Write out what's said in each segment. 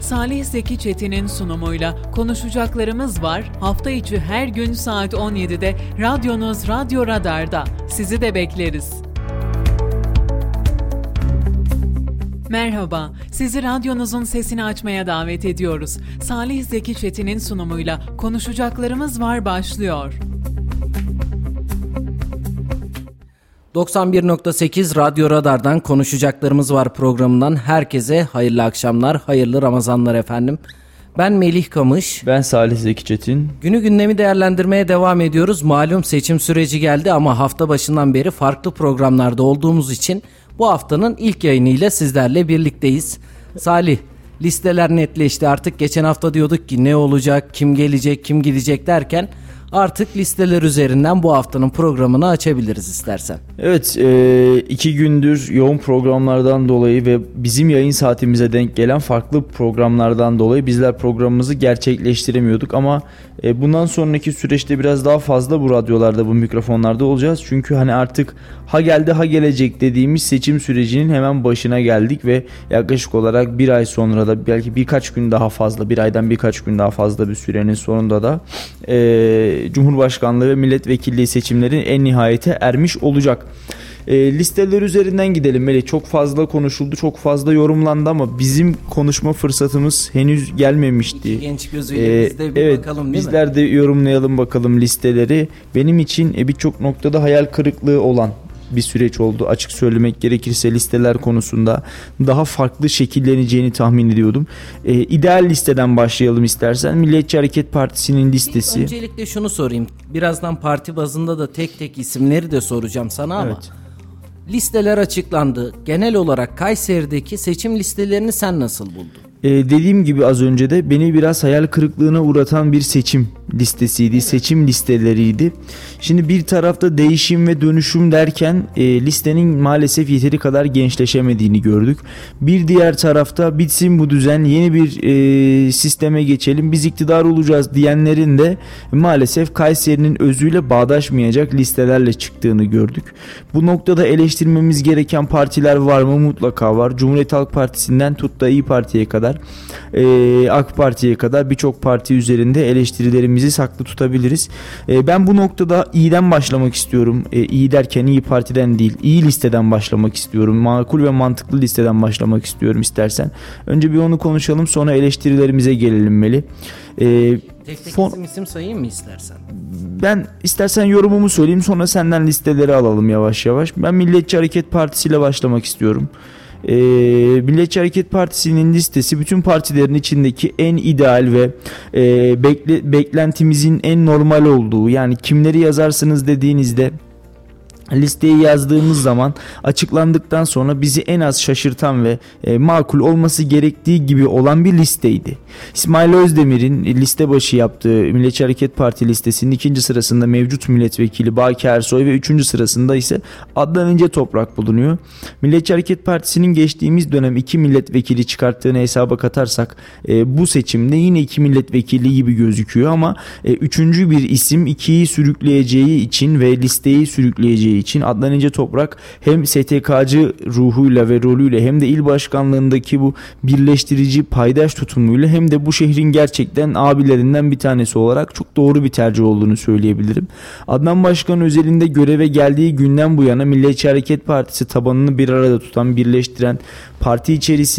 Salih Zeki Çetin'in sunumuyla Konuşacaklarımız Var hafta içi her gün saat 17'de radyonuz Radyo Radar'da. Sizi de bekleriz. Merhaba, sizi radyonuzun sesini açmaya davet ediyoruz. Salih Zeki Çetin'in sunumuyla Konuşacaklarımız Var başlıyor. 91.8 Radyo Radar'dan Konuşacaklarımız Var programından herkese hayırlı akşamlar, hayırlı Ramazanlar efendim. Ben Melih Kamış. Ben Salih Zeki Çetin. Günü gündemi değerlendirmeye devam ediyoruz. Malum seçim süreci geldi ama hafta başından beri farklı programlarda olduğumuz için bu haftanın ilk yayınıyla sizlerle birlikteyiz. Salih, listeler netleşti. Artık geçen hafta diyorduk ki ne olacak, kim gelecek, kim gidecek derken artık listeler üzerinden bu haftanın programını açabiliriz istersen. Evet, 2 gündür yoğun programlardan dolayı ve bizim yayın saatimize denk gelen farklı programlardan dolayı bizler programımızı gerçekleştiremiyorduk ama bundan sonraki süreçte biraz daha fazla bu radyolarda, bu mikrofonlarda olacağız. Çünkü hani artık ha geldi ha gelecek dediğimiz seçim sürecinin hemen başına geldik ve yaklaşık olarak bir ay sonra da belki birkaç gün daha fazla, bir aydan birkaç gün daha fazla bir sürenin sonunda da Cumhurbaşkanlığı ve milletvekilliği seçimleri en nihayete ermiş olacak. Listeler üzerinden gidelim Melih. Çok fazla konuşuldu, çok fazla yorumlandı ama bizim konuşma fırsatımız henüz gelmemişti. Genç gözüyle biz de bir bakalım değil mi? Bizler de yorumlayalım bakalım listeleri. Benim için birçok noktada hayal kırıklığı olan bir süreç oldu. Açık söylemek gerekirse listeler konusunda daha farklı şekilleneceğini tahmin ediyordum. İdeal listeden başlayalım istersen. Milliyetçi Hareket Partisi'nin listesi. Öncelikle şunu sorayım. Birazdan parti bazında da tek tek isimleri de soracağım sana ama evet. Listeler açıklandı. Genel olarak Kayseri'deki seçim listelerini sen nasıl buldun? Dediğim gibi az önce de beni biraz hayal kırıklığına uğratan bir seçim listesiydi, seçim listeleriydi. Şimdi bir tarafta değişim ve dönüşüm derken listenin maalesef yeteri kadar gençleşemediğini gördük. Bir diğer tarafta bitsin bu düzen, yeni bir sisteme geçelim, biz iktidar olacağız diyenlerin de maalesef Kayseri'nin özüyle bağdaşmayacak listelerle çıktığını gördük. Bu noktada eleştirmemiz gereken partiler var mı? Mutlaka var. Cumhuriyet Halk Partisi'nden tut da İYİ Parti'ye kadar, AK Parti'ye kadar birçok parti üzerinde eleştirilerimizi saklı tutabiliriz. Ben bu noktada İYİ'den başlamak istiyorum. İYİ derken İYİ Parti'den değil, İYİ listeden başlamak istiyorum. Makul ve mantıklı listeden başlamak istiyorum istersen. Önce bir onu konuşalım, sonra eleştirilerimize gelelim Melih. Tek tek isim sayayım mı istersen? Ben istersen yorumumu söyleyeyim, sonra senden listeleri alalım yavaş yavaş. Ben Milliyetçi Hareket Partisi ile başlamak istiyorum. Milliyetçi Hareket Partisi'nin listesi bütün partilerin içindeki en ideal ve beklentimizin en normal olduğu, yani kimleri yazarsınız dediğinizde listeyi yazdığımız zaman açıklandıktan sonra bizi en az şaşırtan ve makul olması gerektiği gibi olan bir listeydi. İsmail Özdemir'in liste başı yaptığı Milliyetçi Hareket Parti listesinin 2. sırasında mevcut milletvekili Baki Ersoy ve 3. sırasında ise Adnan İnce Toprak bulunuyor. Milliyetçi Hareket Partisi'nin geçtiğimiz dönem 2 milletvekili çıkarttığını hesaba katarsak bu seçimde yine 2 milletvekili gibi gözüküyor ama 3. bir isim 2'yi sürükleyeceği için ve listeyi sürükleyeceği için Adnan İnce Toprak hem STK'cı ruhuyla ve rolüyle hem de il başkanlığındaki bu birleştirici paydaş tutumuyla hem de bu şehrin gerçekten abilerinden bir tanesi olarak çok doğru bir tercih olduğunu söyleyebilirim. Adnan Başkan özelinde göreve geldiği günden bu yana Milliyetçi Hareket Partisi tabanını bir arada tutan, birleştiren, parti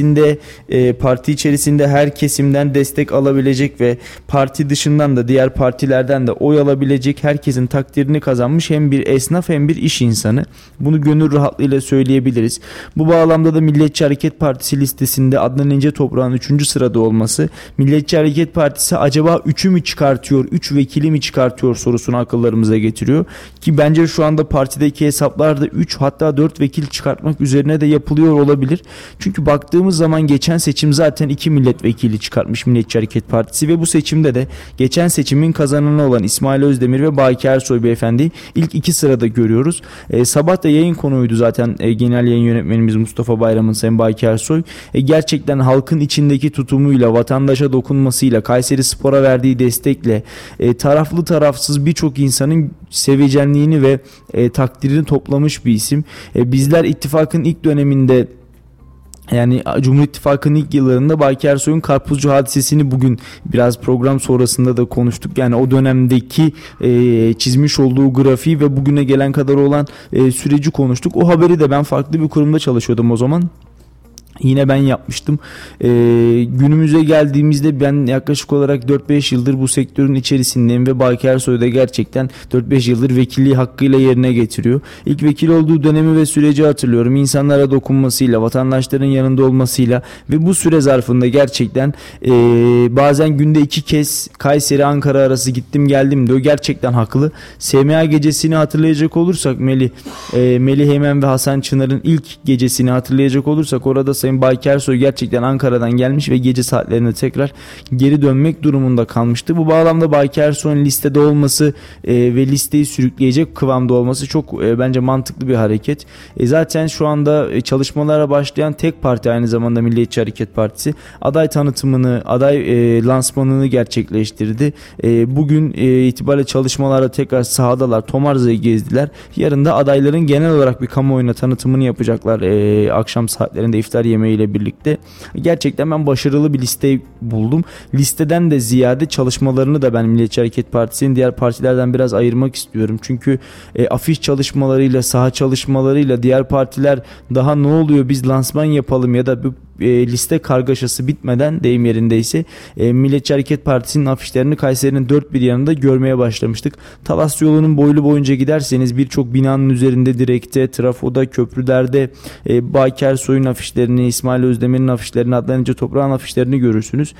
içerisinde her kesimden destek alabilecek ve parti dışından da diğer partilerden de oy alabilecek, herkesin takdirini kazanmış hem bir esnaf hem bir iş insanı. Bunu gönül rahatlığıyla söyleyebiliriz. Bu bağlamda da Milliyetçi Hareket Partisi listesinde Adnan İnce Toprak'ın 3. sırada olması, Milliyetçi Hareket Partisi acaba 3'ü mü çıkartıyor, 3 vekili mi çıkartıyor sorusunu akıllarımıza getiriyor. Ki bence şu anda partideki hesaplarda 3 hatta 4 vekil çıkartmak üzerine de yapılıyor olabilir. Çünkü baktığımız zaman geçen seçim zaten 2 milletvekili çıkartmış Milliyetçi Hareket Partisi ve bu seçimde de geçen seçimin kazananı olan İsmail Özdemir ve Baki Ersoy beyefendiyi ilk 2 sırada görüyoruz. Sabah da yayın konuydu zaten genel yayın yönetmenimiz Mustafa Bayram'ın Sayın Baki Ersoy. Gerçekten halkın içindeki tutumuyla, vatandaşa dokunmasıyla, Kayseri Spor'a verdiği destekle, taraflı tarafsız birçok insanın sevecenliğini ve takdirini toplamış bir isim. Bizler ittifakın ilk döneminde Yani Cumhur İttifakı'nın ilk yıllarında Baki Ersoy'un Karpuzcu hadisesini bugün biraz program sonrasında da konuştuk. Yani o dönemdeki çizmiş olduğu grafiği ve bugüne gelen kadar olan süreci konuştuk. O haberi de ben farklı bir kurumda çalışıyordum o zaman. Yine ben yapmıştım. Günümüze geldiğimizde ben yaklaşık olarak 4-5 yıldır bu sektörün içerisindeyim ve Baki Ersoy da gerçekten 4-5 yıldır vekilliği hakkıyla yerine getiriyor. İlk vekil olduğu dönemi ve süreci hatırlıyorum. İnsanlara dokunmasıyla, vatandaşların yanında olmasıyla ve bu süre zarfında gerçekten bazen günde 2 kez Kayseri-Ankara arası gittim geldim diyor. Gerçekten haklı. SMA gecesini hatırlayacak olursak Melih Eymen ve Hasan Çınar'ın ilk gecesini hatırlayacak olursak orada Sayın Baki Ersoy gerçekten Ankara'dan gelmiş ve gece saatlerinde tekrar geri dönmek durumunda kalmıştı. Bu bağlamda Baki Ersoy'un listede olması ve listeyi sürükleyecek kıvamda olması çok bence mantıklı bir hareket. Zaten şu anda çalışmalara başlayan tek parti aynı zamanda Milliyetçi Hareket Partisi aday tanıtımını, aday lansmanını gerçekleştirdi. Bugün itibariyle çalışmalara tekrar sahadalar, Tomarza'yı gezdiler. Yarın da adayların genel olarak bir kamuoyuna tanıtımını yapacaklar akşam saatlerinde iftar yemeğiyle birlikte. Gerçekten ben başarılı bir liste buldum. Listeden de ziyade çalışmalarını da ben Milliyetçi Hareket Partisi'nin diğer partilerden biraz ayırmak istiyorum. Çünkü afiş çalışmalarıyla, saha çalışmalarıyla diğer partiler daha ne oluyor biz lansman yapalım ya da bu liste kargaşası bitmeden deyim yerindeyse Milliyetçi Hareket Partisi'nin afişlerini Kayseri'nin dört bir yanında görmeye başlamıştık. Talas yolunun boylu boyunca giderseniz birçok binanın üzerinde, direkte, trafoda, köprülerde Baki Ersoy'un afişlerini, İsmail Özdemir'in afişlerini, Adnan İnce Toprak'ın afişlerini görürsünüz.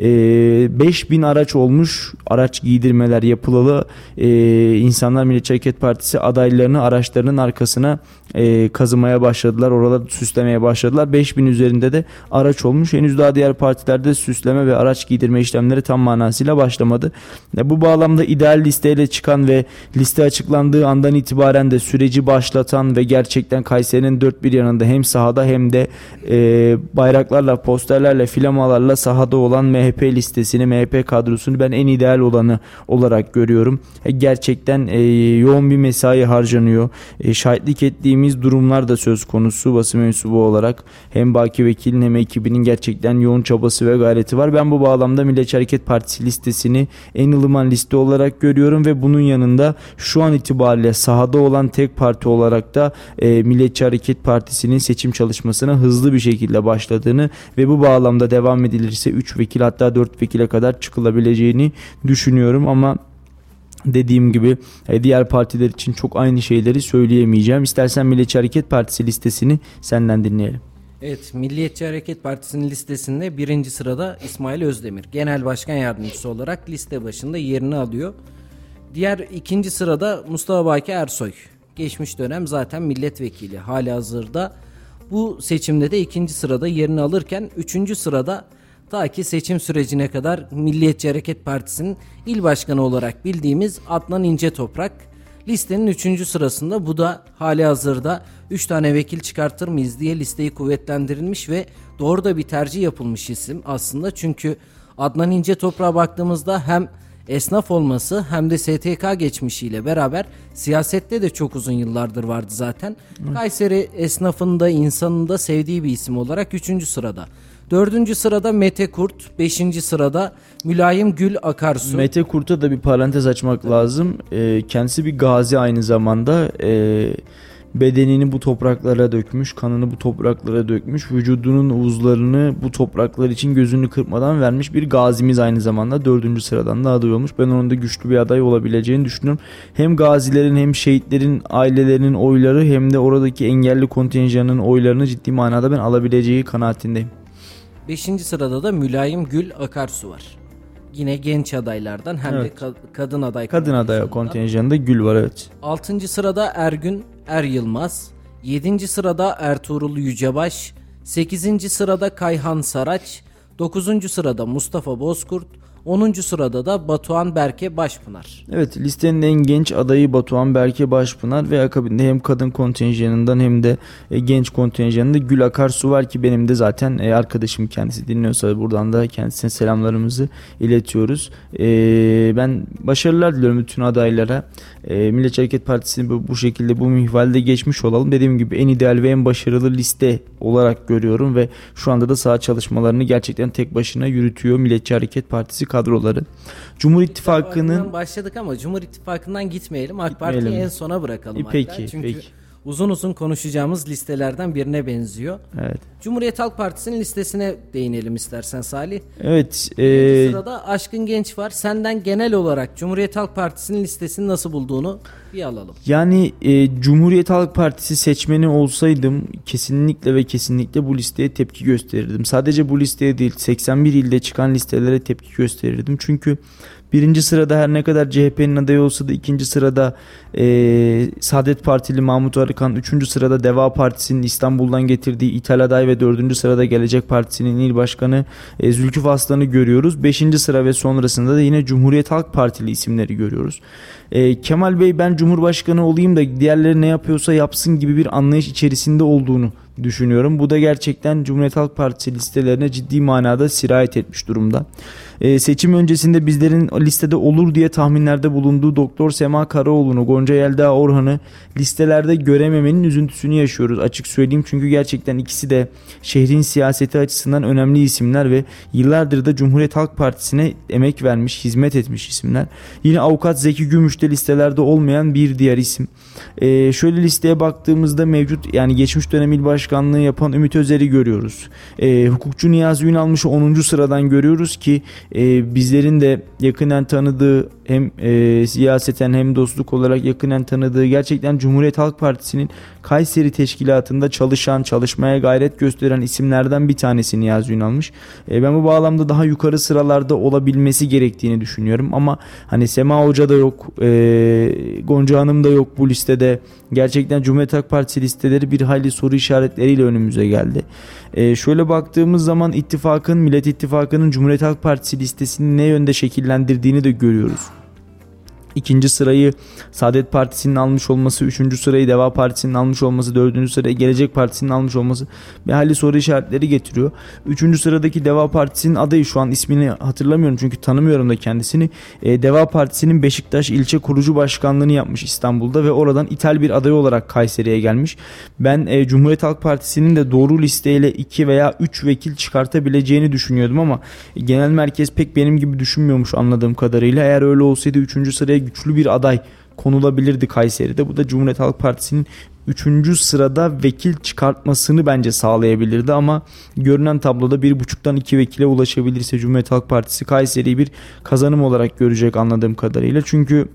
5000 araç olmuş, araç giydirmeler yapılalı. İnsanlar Milliyetçi Hareket Partisi adaylarını araçlarının arkasına kazımaya başladılar. Oraları süslemeye başladılar. 5000 üzerinde de araç olmuş. Henüz daha diğer partilerde süsleme ve araç giydirme işlemleri tam manasıyla başlamadı. Bu bağlamda ideal listeyle çıkan ve liste açıklandığı andan itibaren de süreci başlatan ve gerçekten Kayseri'nin dört bir yanında hem sahada hem de bayraklarla, posterlerle, flamalarla sahada olan MHP listesini, MHP kadrosunu ben en ideal olanı olarak görüyorum. Gerçekten yoğun bir mesai harcanıyor. Şahitlik ettiğimiz durumlar da söz konusu basın mensubu olarak. Hem Baki Vekil'in hem ekibinin gerçekten yoğun çabası ve gayreti var. Ben bu bağlamda Milliyetçi Hareket Partisi listesini en ılıman liste olarak görüyorum ve bunun yanında şu an itibariyle sahada olan tek parti olarak da Milliyetçi Hareket Partisi'nin seçim çalışmasına hızlı bir şekilde başladığını ve bu bağlamda devam edilirse 3 vekil hatta 4 vekile kadar çıkılabileceğini düşünüyorum ama dediğim gibi diğer partiler için çok aynı şeyleri söyleyemeyeceğim. İstersen Milliyetçi Hareket Partisi listesini senden dinleyelim. Evet, Milliyetçi Hareket Partisi'nin listesinde birinci sırada İsmail Özdemir Genel Başkan Yardımcısı olarak liste başında yerini alıyor. Diğer ikinci sırada Mustafa Baki Ersoy. Geçmiş dönem zaten milletvekili. Halihazırda bu seçimde de ikinci sırada yerini alırken üçüncü sırada ta ki seçim sürecine kadar Milliyetçi Hareket Partisi'nin il başkanı olarak bildiğimiz Adnan İnce Toprak listenin 3. sırasında. Bu da halihazırda 3 tane vekil çıkartır mıyız diye listeyi kuvvetlendirilmiş ve doğru da bir tercih yapılmış isim aslında. Çünkü Adnan İnce Toprak'a baktığımızda hem esnaf olması hem de STK geçmişiyle beraber siyasette de çok uzun yıllardır vardı zaten. Kayseri esnafında, insanında sevdiği bir isim olarak 3. sırada. 4. sırada Mete Kurt, 5. sırada Mülayim Gül Akarsu. Mete Kurt'a da bir parantez açmak lazım. Kendisi bir gazi aynı zamanda. Bedenini bu topraklara dökmüş, kanını bu topraklara dökmüş, vücudunun uzlarını bu topraklar için gözünü kırpmadan vermiş bir gazimiz aynı zamanda. 4. sıradan da aday olmuş. Ben onun da güçlü bir aday olabileceğini düşünüyorum. Hem gazilerin hem şehitlerin ailelerinin oyları hem de oradaki engelli kontenjanın oylarını ciddi manada ben alabileceği kanaatindeyim. 5. sırada da Mülayim Gül Akarsu var. Yine genç adaylardan hem de kadın aday. Kadın aday kontenjanında Gül var, evet. 6. sırada Ergün Er Yılmaz. 7. sırada Ertuğrul Yücebaş. 8. sırada Kayhan Saraç. 9. sırada Mustafa Bozkurt. 10. sırada da Batuhan Berke Başpınar. Evet, listenin en genç adayı Batuhan Berke Başpınar ve akabinde hem kadın kontenjanından hem de genç kontenjanında Gül Akarsu var ki benim de zaten arkadaşım, kendisi dinliyorsa buradan da kendisine selamlarımızı iletiyoruz. Ben başarılar diliyorum bütün adaylara. Milliyetçi Hareket Partisi'ni bu şekilde bu minvalde geçmiş olalım. Dediğim gibi en ideal ve en başarılı liste olarak görüyorum ve şu anda da saha çalışmalarını gerçekten tek başına yürütüyor Milliyetçi Hareket Partisi kadroları. Cumhur İttifakı'nın başladık ama Cumhur İttifakı'ndan gitmeyelim. AK Parti'yi en sona bırakalım. Peki, Çünkü peki. uzun uzun konuşacağımız listelerden birine benziyor. Evet. Cumhuriyet Halk Partisi'nin listesine değinelim istersen Salih. Evet. Sırada Aşkın Genç var. Senden genel olarak Cumhuriyet Halk Partisi'nin listesini nasıl bulduğunu bir alalım. Yani Cumhuriyet Halk Partisi seçmeni olsaydım kesinlikle ve kesinlikle bu listeye tepki gösterirdim. Sadece bu listeye değil, 81 ilde çıkan listelere tepki gösterirdim. Çünkü birinci sırada her ne kadar CHP'nin adayı olsa da ikinci sırada Saadet Partili Mahmut Arıkan, üçüncü sırada Deva Partisi'nin İstanbul'dan getirdiği İthal aday ve dördüncü sırada Gelecek Partisi'nin il başkanı Zülküf Aslan'ı görüyoruz. Beşinci sıra ve sonrasında da yine Cumhuriyet Halk Partili isimleri görüyoruz. Kemal Bey ben Cumhurbaşkanı olayım da diğerleri ne yapıyorsa yapsın gibi bir anlayış içerisinde olduğunu düşünüyorum. Bu da gerçekten Cumhuriyet Halk Partisi listelerine ciddi manada sirayet etmiş durumda. Seçim öncesinde bizlerin listede olur diye tahminlerde bulunduğu Doktor Sema Karaoğlu'nu, Gonca Yelda Orhan'ı listelerde görememenin üzüntüsünü yaşıyoruz. Açık söyleyeyim, çünkü gerçekten ikisi de şehrin siyaseti açısından önemli isimler ve yıllardır da Cumhuriyet Halk Partisi'ne emek vermiş, hizmet etmiş isimler. Yine avukat Zeki Gümüş de listelerde olmayan bir diğer isim. Şöyle listeye baktığımızda mevcut, yani geçmiş dönem il başkanlığı yapan Ümit Özer'i görüyoruz. Hukukçu Niyazi Ünalmış'ı 10. sıradan görüyoruz ki bizlerin de yakından tanıdığı, hem siyaseten hem dostluk olarak yakından tanıdığı, gerçekten Cumhuriyet Halk Partisi'nin Kayseri teşkilatında çalışmaya gayret gösteren isimlerden bir tanesi Niyazi Ünalmış. Ben bu bağlamda daha yukarı sıralarda olabilmesi gerektiğini düşünüyorum ama hani Sema Hoca da yok, Gonca Hanım da yok bu listede. Gerçekten Cumhuriyet Halk Partisi listeleri bir hayli soru işaretleriyle önümüze geldi. Şöyle baktığımız zaman Millet İttifakı'nın Cumhuriyet Halk Partisi listesini ne yönde şekillendirdiğini de görüyoruz. İkinci sırayı Saadet Partisi'nin almış olması, üçüncü sırayı Deva Partisi'nin almış olması, dördüncü sırayı Gelecek Partisi'nin almış olması bir hayli soru işaretleri getiriyor. Üçüncü sıradaki Deva Partisi'nin adayı, şu an ismini hatırlamıyorum çünkü tanımıyorum da kendisini. Deva Partisi'nin Beşiktaş ilçe kurucu başkanlığını yapmış İstanbul'da ve oradan ithal bir aday olarak Kayseri'ye gelmiş. Ben Cumhuriyet Halk Partisi'nin de doğru listeyle 2 veya 3 vekil çıkartabileceğini düşünüyordum ama genel merkez pek benim gibi düşünmüyormuş anladığım kadarıyla. Eğer öyle olsaydı 3. sıraya güçlü bir aday konulabilirdi Kayseri'de. Bu da Cumhuriyet Halk Partisi'nin 3. sırada vekil çıkartmasını bence sağlayabilirdi ama görünen tabloda 1,5'tan 2 vekile ulaşabilirse Cumhuriyet Halk Partisi Kayseri'yi bir kazanım olarak görecek anladığım kadarıyla. Çünkü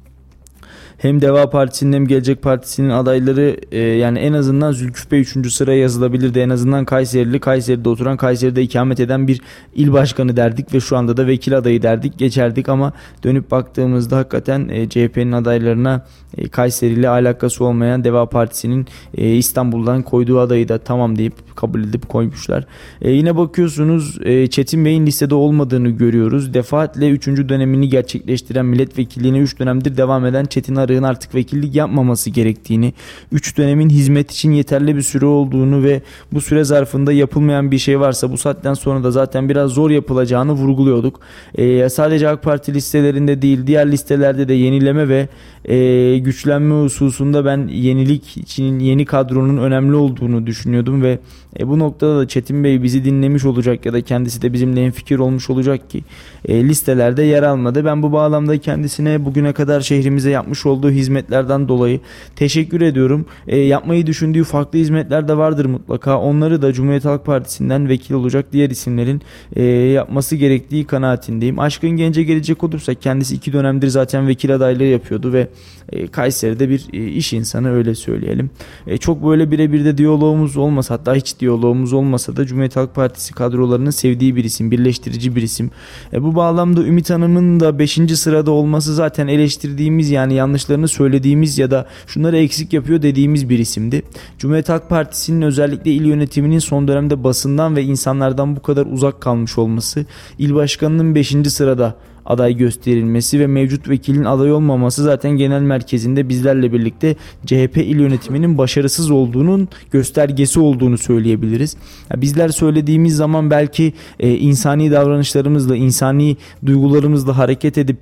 hem Deva Partisi'nin hem Gelecek Partisi'nin adayları yani en azından Zülküf Bey 3. sıraya yazılabilirdi. En azından Kayseri'de oturan, Kayseri'de ikamet eden bir il başkanı derdik ve şu anda da vekil adayı derdik, geçerdik ama dönüp baktığımızda hakikaten CHP'nin adaylarına Kayseri ile alakası olmayan Deva Partisi'nin İstanbul'dan koyduğu adayı da tamam deyip kabul edip koymuşlar. Yine bakıyorsunuz Çetin Bey'in listede olmadığını görüyoruz. Defaatle 3. dönemini gerçekleştiren, milletvekilliğine 3 dönemdir devam eden Çetin Arık'ın artık vekillik yapmaması gerektiğini, 3 dönemin hizmet için yeterli bir süre olduğunu ve bu süre zarfında yapılmayan bir şey varsa bu saatten sonra da zaten biraz zor yapılacağını vurguluyorduk. Sadece AK Parti listelerinde değil, diğer listelerde de yenileme ve güçlenme hususunda ben yenilik için yeni kadronun önemli olduğunu düşünüyordum ve bu noktada da Çetin Bey bizi dinlemiş olacak ya da kendisi de bizimle hemfikir olmuş olacak ki listelerde yer almadı. Ben bu bağlamda kendisine bugüne kadar şehrimize yapmış olduğu hizmetlerden dolayı teşekkür ediyorum. Yapmayı düşündüğü farklı hizmetler de vardır mutlaka. Onları da Cumhuriyet Halk Partisi'nden vekil olacak diğer isimlerin yapması gerektiği kanaatindeyim. Aşkın Genç'e gelecek olursak kendisi 2 dönemdir zaten vekil adaylığı yapıyordu ve Kayseri'de bir iş insanı, öyle söyleyelim. Çok böyle birebir de diyalogumuz olmasa, hatta hiç diyalogumuz olmasa da Cumhuriyet Halk Partisi kadrolarının sevdiği bir isim, birleştirici bir isim. Bu bağlamda Ümit Hanım'ın da 5. sırada olması zaten eleştirdiğimiz, yani yanlışlarını söylediğimiz ya da şunları eksik yapıyor dediğimiz bir isimdi. Cumhuriyet Halk Partisi'nin özellikle il yönetiminin son dönemde basından ve insanlardan bu kadar uzak kalmış olması, il başkanının 5. sırada aday gösterilmesi ve mevcut vekilin aday olmaması zaten genel merkezinde bizlerle birlikte CHP il yönetiminin başarısız olduğunun göstergesi olduğunu söyleyebiliriz. Bizler söylediğimiz zaman belki insani davranışlarımızla, insani duygularımızla hareket edip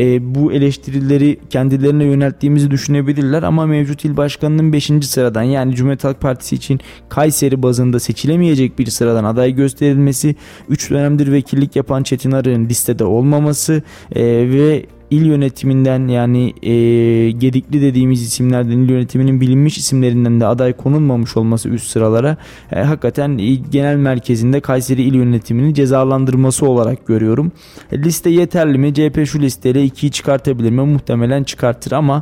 bu eleştirileri kendilerine yönelttiğimizi düşünebilirler ama mevcut il başkanının 5. sıradan, yani Cumhuriyet Halk Partisi için Kayseri bazında seçilemeyecek bir sıradan aday gösterilmesi, 3 dönemdir vekillik yapan Çetin Arık'ın listede olmaması ve İl yönetiminden, yani gedikli dediğimiz isimlerden, il yönetiminin bilinmiş isimlerinden de aday konulmamış olması üst sıralara hakikaten genel merkezinde Kayseri il yönetimini cezalandırması olarak görüyorum. Liste yeterli mi? CHP şu listeyle 2'yi çıkartabilir mi? Muhtemelen çıkartır ama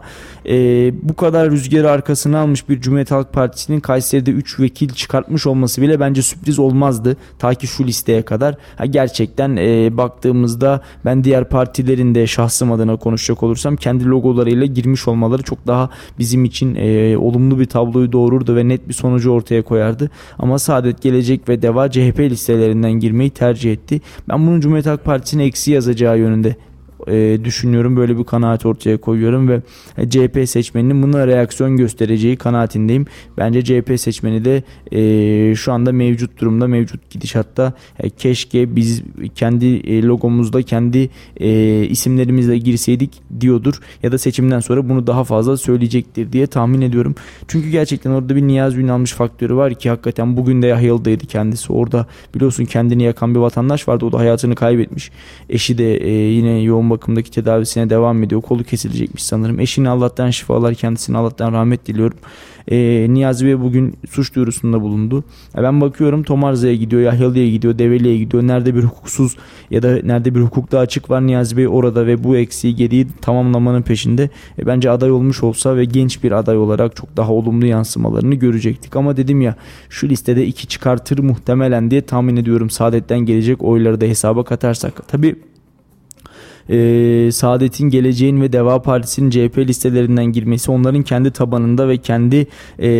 bu kadar rüzgarı arkasına almış bir Cumhuriyet Halk Partisi'nin Kayseri'de 3 vekil çıkartmış olması bile bence sürpriz olmazdı ta ki şu listeye kadar. Gerçekten baktığımızda ben diğer partilerin de şahsım adına konuşacak olursam kendi logolarıyla girmiş olmaları çok daha bizim için olumlu bir tabloyu doğururdu ve net bir sonucu ortaya koyardı. Ama Saadet, Gelecek ve Deva CHP listelerinden girmeyi tercih etti. Ben bunun Cumhuriyet Halk Partisi'ne eksi yazacağı yönünde düşünüyorum. Böyle bir kanaat ortaya koyuyorum ve CHP seçmeninin buna reaksiyon göstereceği kanaatindeyim. Bence CHP seçmeni de şu anda mevcut durumda, mevcut gidişatta keşke biz kendi logomuzda, kendi isimlerimizle girseydik diyordur ya da seçimden sonra bunu daha fazla söyleyecektir diye tahmin ediyorum. Çünkü gerçekten orada bir Niyazi Ünalmış faktörü var ki hakikaten bugün de Yahyalı'daydı kendisi. Orada biliyorsun kendini yakan bir vatandaş vardı. O da hayatını kaybetmiş. Eşi de yine yoğun bakımdaki tedavisine devam ediyor. Kolu kesilecekmiş sanırım. Eşine Allah'tan şifalar, kendisine Allah'tan rahmet diliyorum. Niyazi Bey bugün suç duyurusunda bulundu. Ben bakıyorum Tomarza'ya gidiyor, Yahyalı'ya gidiyor, Develi'ye gidiyor. Nerede bir hukuksuz ya da nerede bir hukukta açık var, Niyazi Bey orada ve bu eksiği, gediği tamamlamanın peşinde. Bence aday olmuş olsa ve genç bir aday olarak çok daha olumlu yansımalarını görecektik. Ama dedim ya, şu listede 2 çıkartır muhtemelen diye tahmin ediyorum. Saadet'ten gelecek oyları da hesaba katarsak. Tabii Saadet'in, Geleceğin ve Deva Partisi'nin CHP listelerinden girmesi onların kendi tabanında ve kendi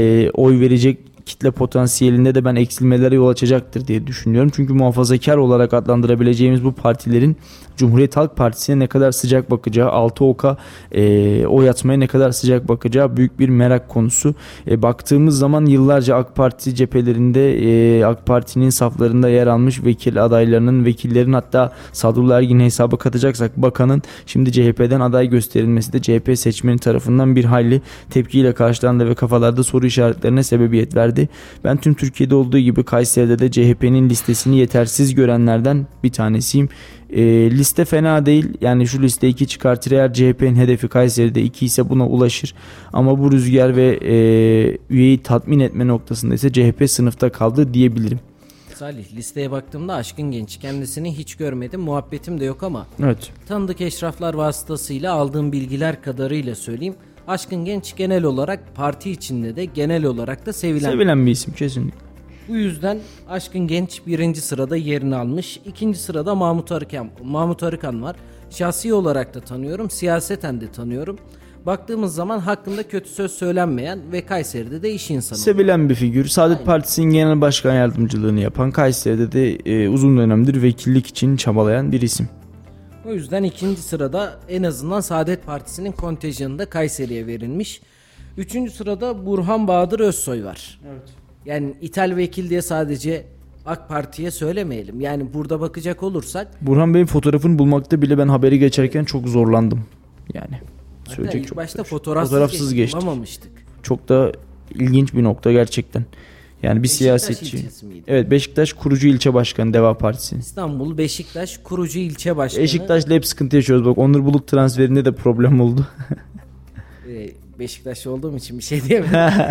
oy verecek kitle potansiyelinde de ben eksilmelere yol açacaktır diye düşünüyorum. Çünkü muhafazakar olarak adlandırabileceğimiz bu partilerin Cumhuriyet Halk Partisi'ne ne kadar sıcak bakacağı, altı oka oy atmaya ne kadar sıcak bakacağı büyük bir merak konusu. Baktığımız zaman yıllarca AK Parti cephelerinde AK Parti'nin saflarında yer almış vekil adaylarının, vekillerin, hatta Sadullah Ergin'i hesaba katacaksak bakanın şimdi CHP'den aday gösterilmesi de CHP seçmeni tarafından bir hayli tepkiyle karşılandı ve kafalarda soru işaretlerine sebebiyet verdi. Ben tüm Türkiye'de olduğu gibi Kayseri'de de CHP'nin listesini yetersiz görenlerden bir tanesiyim. Liste fena değil. Yani şu liste 2 çıkartır. Eğer CHP'nin hedefi Kayseri'de 2 ise buna ulaşır. Ama bu rüzgar ve üyeyi tatmin etme noktasında ise CHP sınıfta kaldı diyebilirim. Salih, listeye baktığımda Aşkın Genç, kendisini hiç görmedim, muhabbetim de yok ama evet, tanıdık eşraflar vasıtasıyla aldığım bilgiler kadarıyla söyleyeyim. Aşkın Genç genel olarak parti içinde de genel olarak da sevilen bir isim kesinlikle. Bu yüzden Aşkın Genç 1. sırada yerini almış. 2. sırada Mahmut Arıkan var. Şahsi olarak da tanıyorum, siyaseten de tanıyorum. Baktığımız zaman hakkında kötü söz söylenmeyen ve Kayseri'de de iş insanı. Sevilen bir figür. Saadet Partisi'nin genel başkan yardımcılığını yapan, Kayseri'de de uzun dönemdir vekillik için çabalayan bir isim. O yüzden 2. sırada en azından Saadet Partisi'nin kontenjanında Kayseri'ye verilmiş. 3. sırada Burhan Bahadır Özsoy var. Evet. Yani ithal vekil diye sadece AK Parti'ye söylemeyelim. Yani burada bakacak olursak Burhan Bey'in fotoğrafını bulmakta bile ben haberi geçerken çok zorlandım. Yani söyleyecek ilk çok başta şey. fotoğrafsız geçtik. Bulamamıştık. Çok da ilginç bir nokta gerçekten. Yani bir Beşiktaş siyasetçi. Evet, Beşiktaş kurucu ilçe başkanı Deva Partisi'nin. İstanbul Beşiktaş kurucu ilçe başkanı. Beşiktaş'la hep sıkıntı yaşıyoruz. Bak, Onur Bulut transferinde de problem oldu. Beşiktaşlı olduğum için bir şey diyemedim.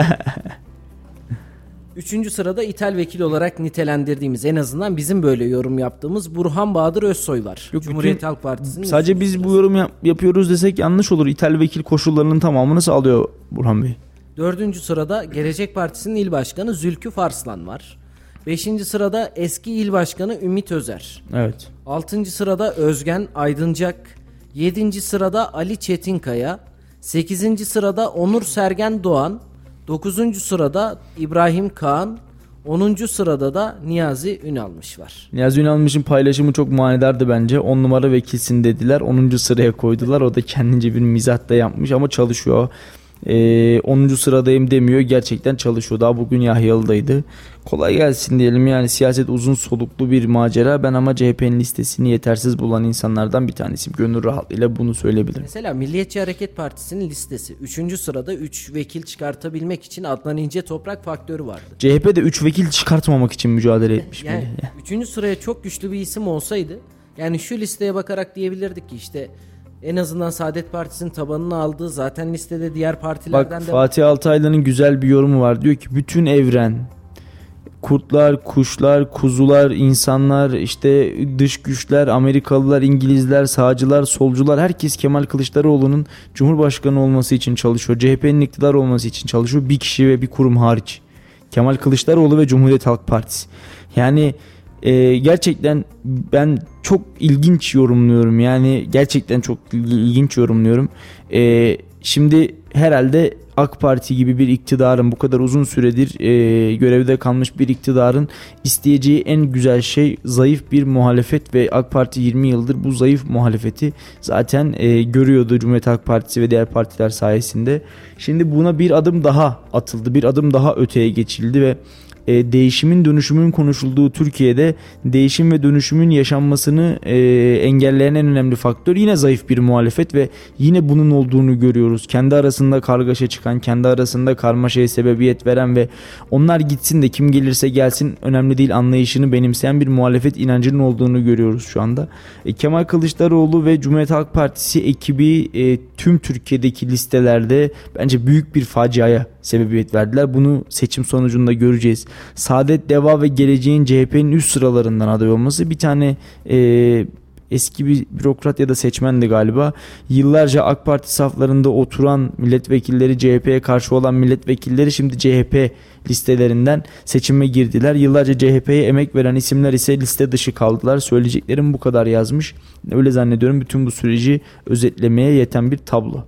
3. sırada ithal vekil olarak nitelendirdiğimiz, en azından bizim böyle yorum yaptığımız Burhan Bahadır Özsoy var. Yok, Cumhuriyet Halk Partisi'nin. Sadece biz bu yorum yapıyoruz desek yanlış olur. İthal vekil koşullarının tamamını sağlıyor Burhan Bey. 4. sırada Gelecek Partisi'nin il başkanı Zülkü Farslan var. 5. sırada eski il başkanı Ümit Özer. Evet. 6. sırada Özgen Aydıncak. 7. sırada Ali Çetinkaya. 8. sırada Onur Sergen Doğan. 9. sırada İbrahim Kaan. 10. sırada da Niyazi Ünalmış var. Niyazi Ünalmış'ın paylaşımı çok manidardı bence. 10 numara vekilsin dediler. 10. sıraya koydular. O da kendince bir mizah da yapmış ama çalışıyor. 10. sıradayım demiyor. Gerçekten çalışıyor. Daha bugün Yahyalı'daydı. Kolay gelsin diyelim. Yani siyaset uzun soluklu bir macera. Ben ama CHP'nin listesini yetersiz bulan insanlardan bir tanesiyim. Gönül rahatlığıyla bunu söyleyebilirim. Mesela Milliyetçi Hareket Partisi'nin listesi 3. sırada 3 vekil çıkartabilmek için Adnan İnce Toprak faktörü vardı. CHP de 3 vekil çıkartmamak için mücadele etmiş. Yani 3. sıraya çok güçlü bir isim olsaydı, yani şu listeye bakarak diyebilirdik ki işte en azından Saadet Partisi'nin tabanını aldığı zaten listede diğer partilerden Bak, de... Fatih Altaylı'nın güzel bir yorumu var. Diyor ki bütün evren, kurtlar, kuşlar, kuzular, insanlar, işte dış güçler, Amerikalılar, İngilizler, sağcılar, solcular, herkes Kemal Kılıçdaroğlu'nun Cumhurbaşkanı olması için çalışıyor. CHP'nin iktidar olması için çalışıyor. Bir kişi ve bir kurum hariç. Kemal Kılıçdaroğlu ve Cumhuriyet Halk Partisi. Yani gerçekten ben çok ilginç yorumluyorum. Yani gerçekten çok ilginç yorumluyorum. Şimdi herhalde AK Parti gibi bir iktidarın, bu kadar uzun süredir görevde kalmış bir iktidarın isteyeceği en güzel şey zayıf bir muhalefet ve AK Parti 20 yıldır bu zayıf muhalefeti zaten görüyordu Cumhuriyet Halk Partisi ve diğer partiler sayesinde. Şimdi buna bir adım daha atıldı, bir adım daha öteye geçildi ve değişimin, dönüşümün konuşulduğu Türkiye'de değişim ve dönüşümün yaşanmasını engelleyen en önemli faktör yine zayıf bir muhalefet ve yine bunun olduğunu görüyoruz. Kendi arasında kargaşa çıkan, kendi arasında karmaşaya sebebiyet veren ve onlar gitsin de kim gelirse gelsin önemli değil anlayışını benimseyen bir muhalefet inancının olduğunu görüyoruz şu anda. Kemal Kılıçdaroğlu ve Cumhuriyet Halk Partisi ekibi tüm Türkiye'deki listelerde bence büyük bir faciaya sebebiyet verdiler. Bunu seçim sonucunda göreceğiz. Saadet, Deva ve Geleceğin CHP'nin üst sıralarından aday olması, bir tane eski bir bürokrat ya da seçmendi galiba. Yıllarca AK Parti saflarında oturan milletvekilleri, CHP'ye karşı olan milletvekilleri şimdi CHP listelerinden seçime girdiler. Yıllarca CHP'ye emek veren isimler ise liste dışı kaldılar. Söyleyeceklerim bu kadar yazmış. Öyle zannediyorum bütün bu süreci özetlemeye yeten bir tablo.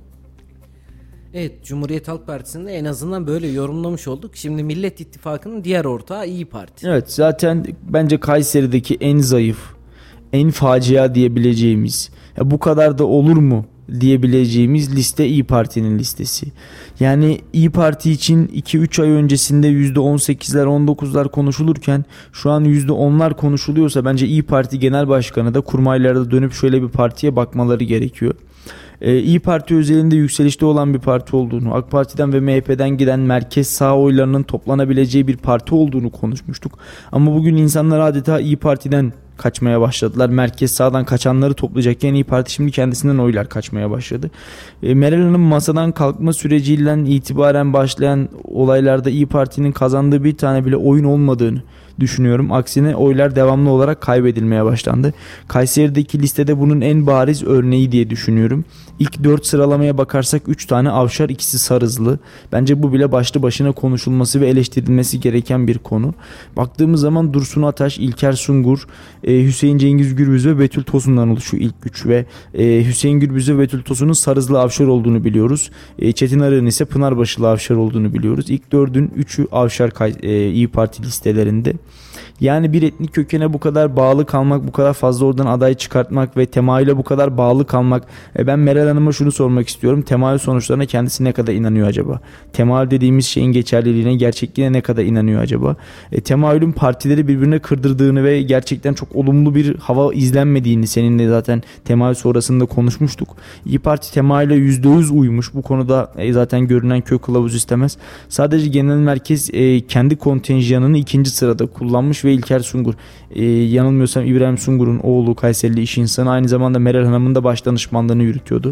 Evet, Cumhuriyet Halk Partisi'nde en azından böyle yorumlamış olduk. Şimdi Millet İttifakı'nın diğer ortağı İYİ Parti. Evet, zaten bence Kayseri'deki en zayıf, en facia diyebileceğimiz, ya bu kadar da olur mu diyebileceğimiz liste İYİ Parti'nin listesi. Yani İYİ Parti için 2-3 ay öncesinde %18'ler 19'lar konuşulurken şu an %10'lar konuşuluyorsa bence İYİ Parti Genel Başkanı da kurmaylarda dönüp şöyle bir partiye bakmaları gerekiyor. İYİ Parti özelinde yükselişte olan bir parti olduğunu, AK Parti'den ve MHP'den giden merkez sağ oylarının toplanabileceği bir parti olduğunu konuşmuştuk. Ama bugün insanlar adeta İYİ Parti'den kaçmaya başladılar. Merkez sağdan kaçanları toplayacakken İYİ Parti şimdi kendisinden oylar kaçmaya başladı. Meral Hanım masadan kalkma süreciyle itibaren başlayan olaylarda İYİ Parti'nin kazandığı bir tane bile oyun olmadığını düşünüyorum. Aksine oylar devamlı olarak kaybedilmeye başlandı. Kayseri'deki listede bunun en bariz örneği diye düşünüyorum. İlk 4 sıralamaya bakarsak 3 tane Avşar, ikisi Sarızlı. Bence bu bile başlı başına konuşulması ve eleştirilmesi gereken bir konu. Baktığımız zaman Dursun Ataş, İlker Sungur, Hüseyin Cengiz Gürbüz ve Betül Tosun'dan oluşuyor ilk güç ve Hüseyin Gürbüz ve Betül Tosun'un Sarızlı Avşar olduğunu biliyoruz. Çetin Arık'ın ise Pınarbaşılı Avşar olduğunu biliyoruz. İlk 4'ün 3'ü Avşar İYİ Parti listelerinde. Yani bir etnik kökene bu kadar bağlı kalmak, bu kadar fazla oradan aday çıkartmak ve temayüle bu kadar bağlı kalmak. Ben Meral Hanım'a şunu sormak istiyorum. Temayül sonuçlarına kendisi ne kadar inanıyor acaba? Temayül dediğimiz şeyin geçerliliğine, gerçekliğine ne kadar inanıyor acaba? Temayülün partileri birbirine kırdırdığını ve gerçekten çok olumlu bir hava izlenmediğini seninle zaten temayül sonrasında konuşmuştuk. İYİ Parti temayüle %100 uymuş. Bu konuda zaten görünen kök kılavuz istemez. Sadece genel merkez kendi kontenjanını 2. sırada kullanmış ve İlker Sungur, yanılmıyorsam İbrahim Sungur'un oğlu, Kayserili iş insanı, aynı zamanda Meral Hanım'ın da baş danışmanlığını yürütüyordu.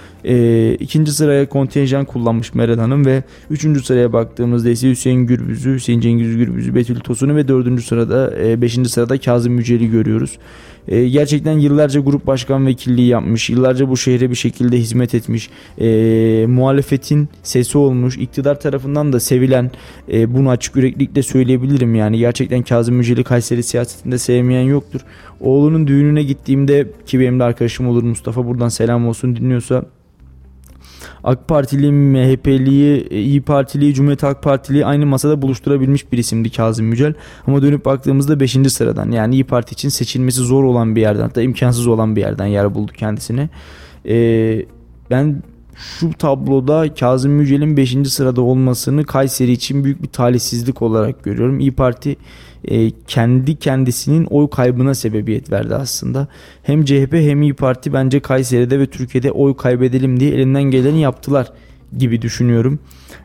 2. sıraya kontenjan kullanmış Meral Hanım ve 3. sıraya baktığımızda ise Hüseyin Cengiz Gürbüz'ü, Betül Tosun'u ve 4. sırada 5. sırada Kazım Yücel'i görüyoruz. Gerçekten yıllarca grup başkan vekilliği yapmış, yıllarca bu şehre bir şekilde hizmet etmiş, muhalefetin sesi olmuş, iktidar tarafından da sevilen, bunu açık yüreklilikle söyleyebilirim. Yani gerçekten Kazım Yücel'i Kayseri siyasetinde sevmeyen yoktur. Oğlunun düğününe gittiğimde, ki benim de arkadaşım olur Mustafa, buradan selam olsun, dinliyorsa, AK Partili, MHP'liyi, İYİ Partili, Cumhuriyet Halk Partili aynı masada buluşturabilmiş bir isimdi Kazım Yücel. Ama dönüp baktığımızda 5. sıradan, yani İYİ Parti için seçilmesi zor olan bir yerden, hatta imkansız olan bir yerden yer buldu kendisine. Ben şu tabloda Kazım Yücel'in 5. sırada olmasını Kayseri için büyük bir talihsizlik olarak görüyorum. İYİ Parti kendi kendisinin oy kaybına sebebiyet verdi aslında. Hem CHP hem İYİ Parti bence Kayseri'de ve Türkiye'de oy kaybedelim diye elinden geleni yaptılar gibi düşünüyorum.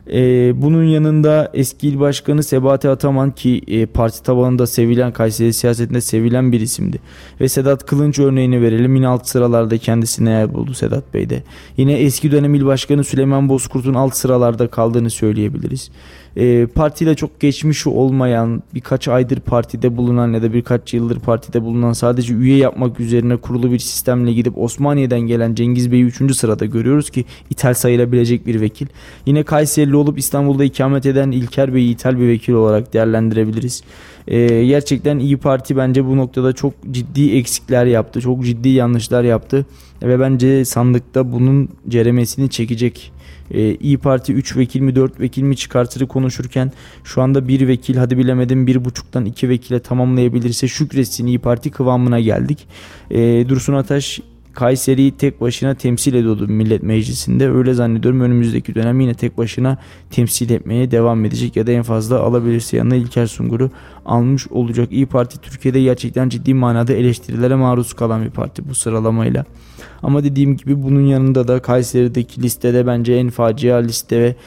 Bunun yanında eski il başkanı Sebahati Ataman ki parti tabanında sevilen, Kayseri siyasetinde sevilen bir isimdi. Ve Sedat Kılınç örneğini verelim. Yine alt sıralarda kendisine yer buldu Sedat Bey de. Yine eski dönem il başkanı Süleyman Bozkurt'un alt sıralarda kaldığını söyleyebiliriz. Partiyle çok geçmişi olmayan, birkaç aydır partide bulunan ya da birkaç yıldır partide bulunan, sadece üye yapmak üzerine kurulu bir sistemle gidip Osmaniye'den gelen Cengiz Bey'i 3. sırada görüyoruz ki ithal sayılabilecek bir vekil. Yine Kayserili olup İstanbul'da ikamet eden İlker Bey'i ithal bir vekil olarak değerlendirebiliriz. Gerçekten İYİ Parti bence bu noktada çok ciddi eksikler yaptı. Çok ciddi yanlışlar yaptı. Ve bence sandıkta bunun ceremesini çekecek. İYİ Parti 3 vekil mi 4 vekil mi çıkartırı konuşurken şu anda 1 vekil, hadi bilemedim 1,5'tan 2 vekile tamamlayabilirse şükretsin İYİ Parti kıvamına geldik. Dursun Ataş Kayseri'yi tek başına temsil ediyordu Millet Meclisi'nde. Öyle zannediyorum önümüzdeki dönem yine tek başına temsil etmeye devam edecek ya da en fazla alabilirse yanına İlker Sungur'u almış olacak. İYİ Parti Türkiye'de gerçekten ciddi manada eleştirilere maruz kalan bir parti bu sıralamayla. Ama dediğim gibi bunun yanında da Kayseri'deki listede bence en facia liste ve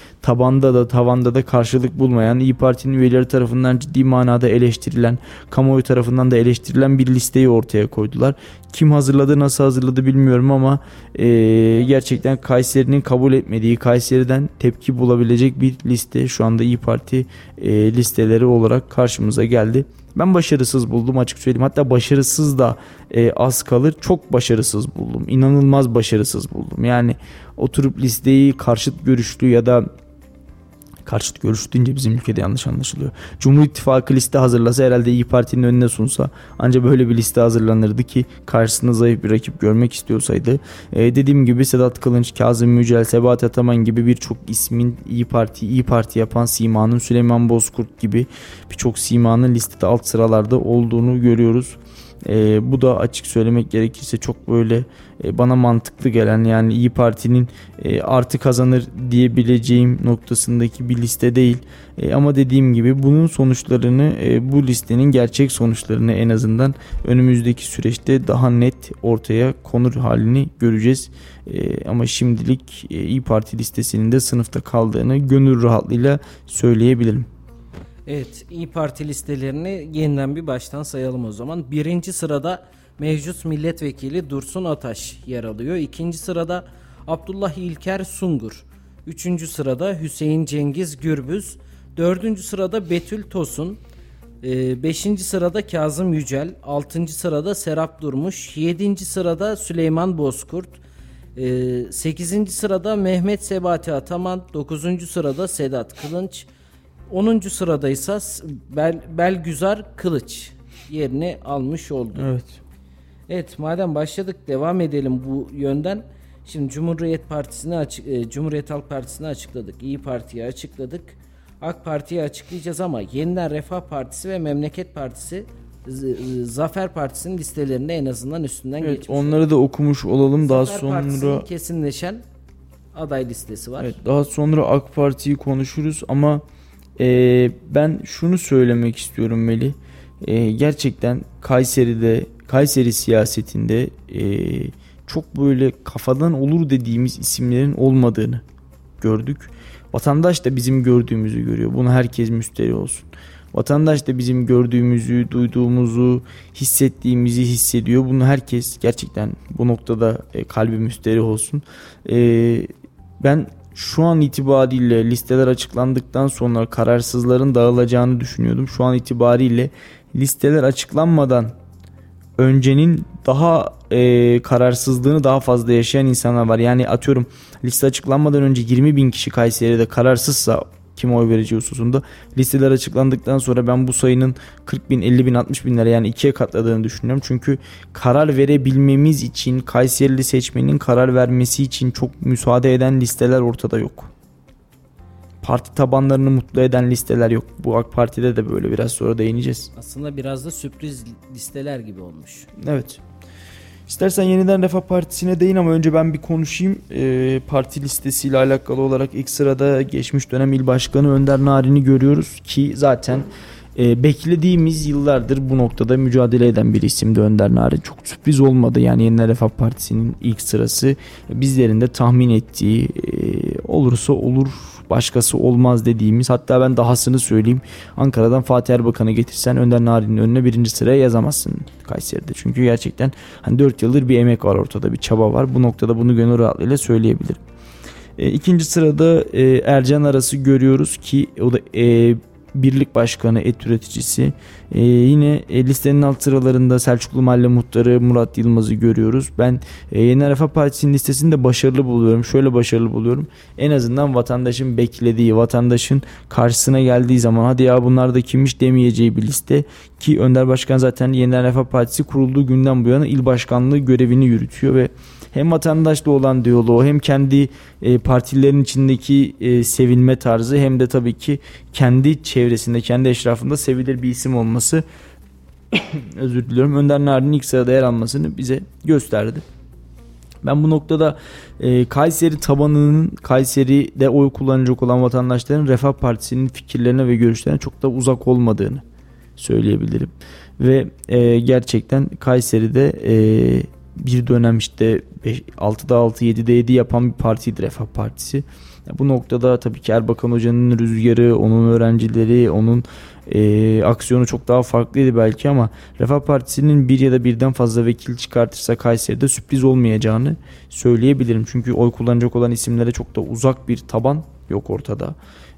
tavanda da karşılık bulmayan, İYİ Parti'nin üyeleri tarafından ciddi manada eleştirilen, kamuoyu tarafından da eleştirilen bir listeyi ortaya koydular. Kim hazırladı, nasıl hazırladı bilmiyorum ama gerçekten Kayseri'nin kabul etmediği, Kayseri'den tepki bulabilecek bir liste şu anda İYİ Parti listeleri olarak karşımıza geldi. Ben başarısız buldum, açık söyleyeyim. Hatta başarısız da az kalır. Çok başarısız buldum. İnanılmaz başarısız buldum. Yani oturup listeyi karşıt görüşlü ya da karşıt görüş deyince bizim ülkede yanlış anlaşılıyor. Cumhur İttifakı liste hazırlasa, herhalde İYİ Parti'nin önüne sunsa ancak böyle bir liste hazırlanırdı ki karşısında zayıf bir rakip görmek istiyorsaydı. Dediğim gibi Sedat Kılınç, Kazım Yücel, Sebahati Ataman gibi birçok ismin İYİ Parti yapan simanın, Süleyman Bozkurt gibi birçok simanın listede alt sıralarda olduğunu görüyoruz. Bu da açık söylemek gerekirse çok böyle bana mantıklı gelen, yani İYİ Parti'nin artı kazanır diyebileceğim noktasındaki bir liste değil. Ama dediğim gibi bunun sonuçlarını, bu listenin gerçek sonuçlarını en azından önümüzdeki süreçte daha net ortaya konur halini göreceğiz. Ama şimdilik İYİ Parti listesinin de sınıfta kaldığını gönül rahatlığıyla söyleyebilirim. Evet, İYİ Parti listelerini yeniden bir baştan sayalım o zaman. 1. sırada mevcut milletvekili Dursun Ataş yer alıyor. 2. sırada Abdullah İlker Sungur. 3. sırada Hüseyin Cengiz Gürbüz. 4. sırada Betül Tosun. 5. sırada Kazım Yücel. 6. sırada Serap Durmuş. 7. sırada Süleyman Bozkurt. 8. sırada Mehmet Sebahati Ataman. 9. sırada Sedat Kılınç. 10. sırada ise Belgüzar Kılıç yerini almış oldu. Evet, madem başladık devam edelim bu yönden. Şimdi Cumhuriyet Halk Partisi'ni açıkladık. İYİ Parti'yi açıkladık. AK Parti'yi açıklayacağız ama Yeniden Refah Partisi ve Memleket Partisi, Zafer Partisi'nin listelerinde en azından üstünden geçmiş. Onları da okumuş olalım. Zafer daha sonra Partisi'nin kesinleşen aday listesi var. Evet, daha sonra AK Parti'yi konuşuruz ama ben şunu söylemek istiyorum Melih. Gerçekten Kayseri siyasetinde çok böyle kafadan olur dediğimiz isimlerin olmadığını gördük. Vatandaş da bizim gördüğümüzü görüyor. Bunu herkes müsterih olsun. Vatandaş da bizim gördüğümüzü, duyduğumuzu, hissettiğimizi hissediyor. Bunu herkes gerçekten bu noktada kalbi müsterih olsun. Ben şu an itibariyle listeler açıklandıktan sonra kararsızların dağılacağını düşünüyordum. Şu an itibariyle listeler açıklanmadan öncenin daha kararsızlığını daha fazla yaşayan insanlar var. Yani atıyorum, liste açıklanmadan önce 20.000 kişi Kayseri'de kararsızsa kime oy vereceği hususunda. Listeler açıklandıktan sonra ben bu sayının 40 bin, 50 bin, 60 binlere yani 2'ye katladığını düşünüyorum. Çünkü karar verebilmemiz için, Kayserili seçmenin karar vermesi için çok müsaade eden listeler ortada yok. Parti tabanlarını mutlu eden listeler yok. Bu AK Parti'de de böyle, biraz sonra değineceğiz. Aslında biraz da sürpriz listeler gibi olmuş. Evet. İstersen yeniden Refah Partisi'ne değin ama önce ben bir konuşayım. Parti listesiyle alakalı olarak ilk sırada geçmiş dönem il başkanı Önder Narin'i görüyoruz ki zaten beklediğimiz, yıllardır bu noktada mücadele eden bir isimdi Önder Narin. Çok sürpriz olmadı yani yeniden Refah Partisi'nin ilk sırası. Bizlerin de tahmin ettiği olursa olur, başkası olmaz dediğimiz, hatta ben dahasını söyleyeyim, Ankara'dan Fatih Erbakan'ı getirsen Önder Narin'in önüne birinci sıraya yazamazsın Kayseri'de. Çünkü gerçekten 4 yıldır bir emek var ortada, bir çaba var. Bu noktada bunu gönül rahatlığıyla söyleyebilirim. İkinci sırada Ercan Aras'ı görüyoruz ki o da birlik başkanı, et üreticisi. Yine listenin alt sıralarında Selçuklu Mahalle Muhtarı Murat Yılmaz'ı görüyoruz. Ben Yeni Refah Partisi'nin listesini de başarılı buluyorum. Şöyle başarılı buluyorum. En azından vatandaşın beklediği, vatandaşın karşısına geldiği zaman hadi ya bunlar da kimmiş demeyeceği bir liste. Ki Önder Başkan zaten Yeni Refah Partisi kurulduğu günden bu yana il başkanlığı görevini yürütüyor ve hem vatandaşla olan diyaloğu, hem kendi partilerin içindeki sevilme tarzı, hem de tabii ki kendi çevresinde, kendi eşrafında sevilir bir isim olması özür diliyorum, Önder Narin'in ilk sırada yer almasını bize gösterdi. Ben bu noktada Kayseri tabanının, Kayseri'de oy kullanacak olan vatandaşların Refah Partisi'nin fikirlerine ve görüşlerine çok da uzak olmadığını söyleyebilirim. Ve gerçekten Kayseri'de bir dönem işte 6'da 6, 7'de 7 yapan bir partiydi Refah Partisi. Bu noktada tabii ki Erbakan Hoca'nın rüzgarı, onun öğrencileri, onun aksiyonu çok daha farklıydı belki ama Refah Partisi'nin bir ya da birden fazla vekil çıkartırsa Kayseri'de sürpriz olmayacağını söyleyebilirim. Çünkü oy kullanacak olan isimlere çok da uzak bir taban yok ortada.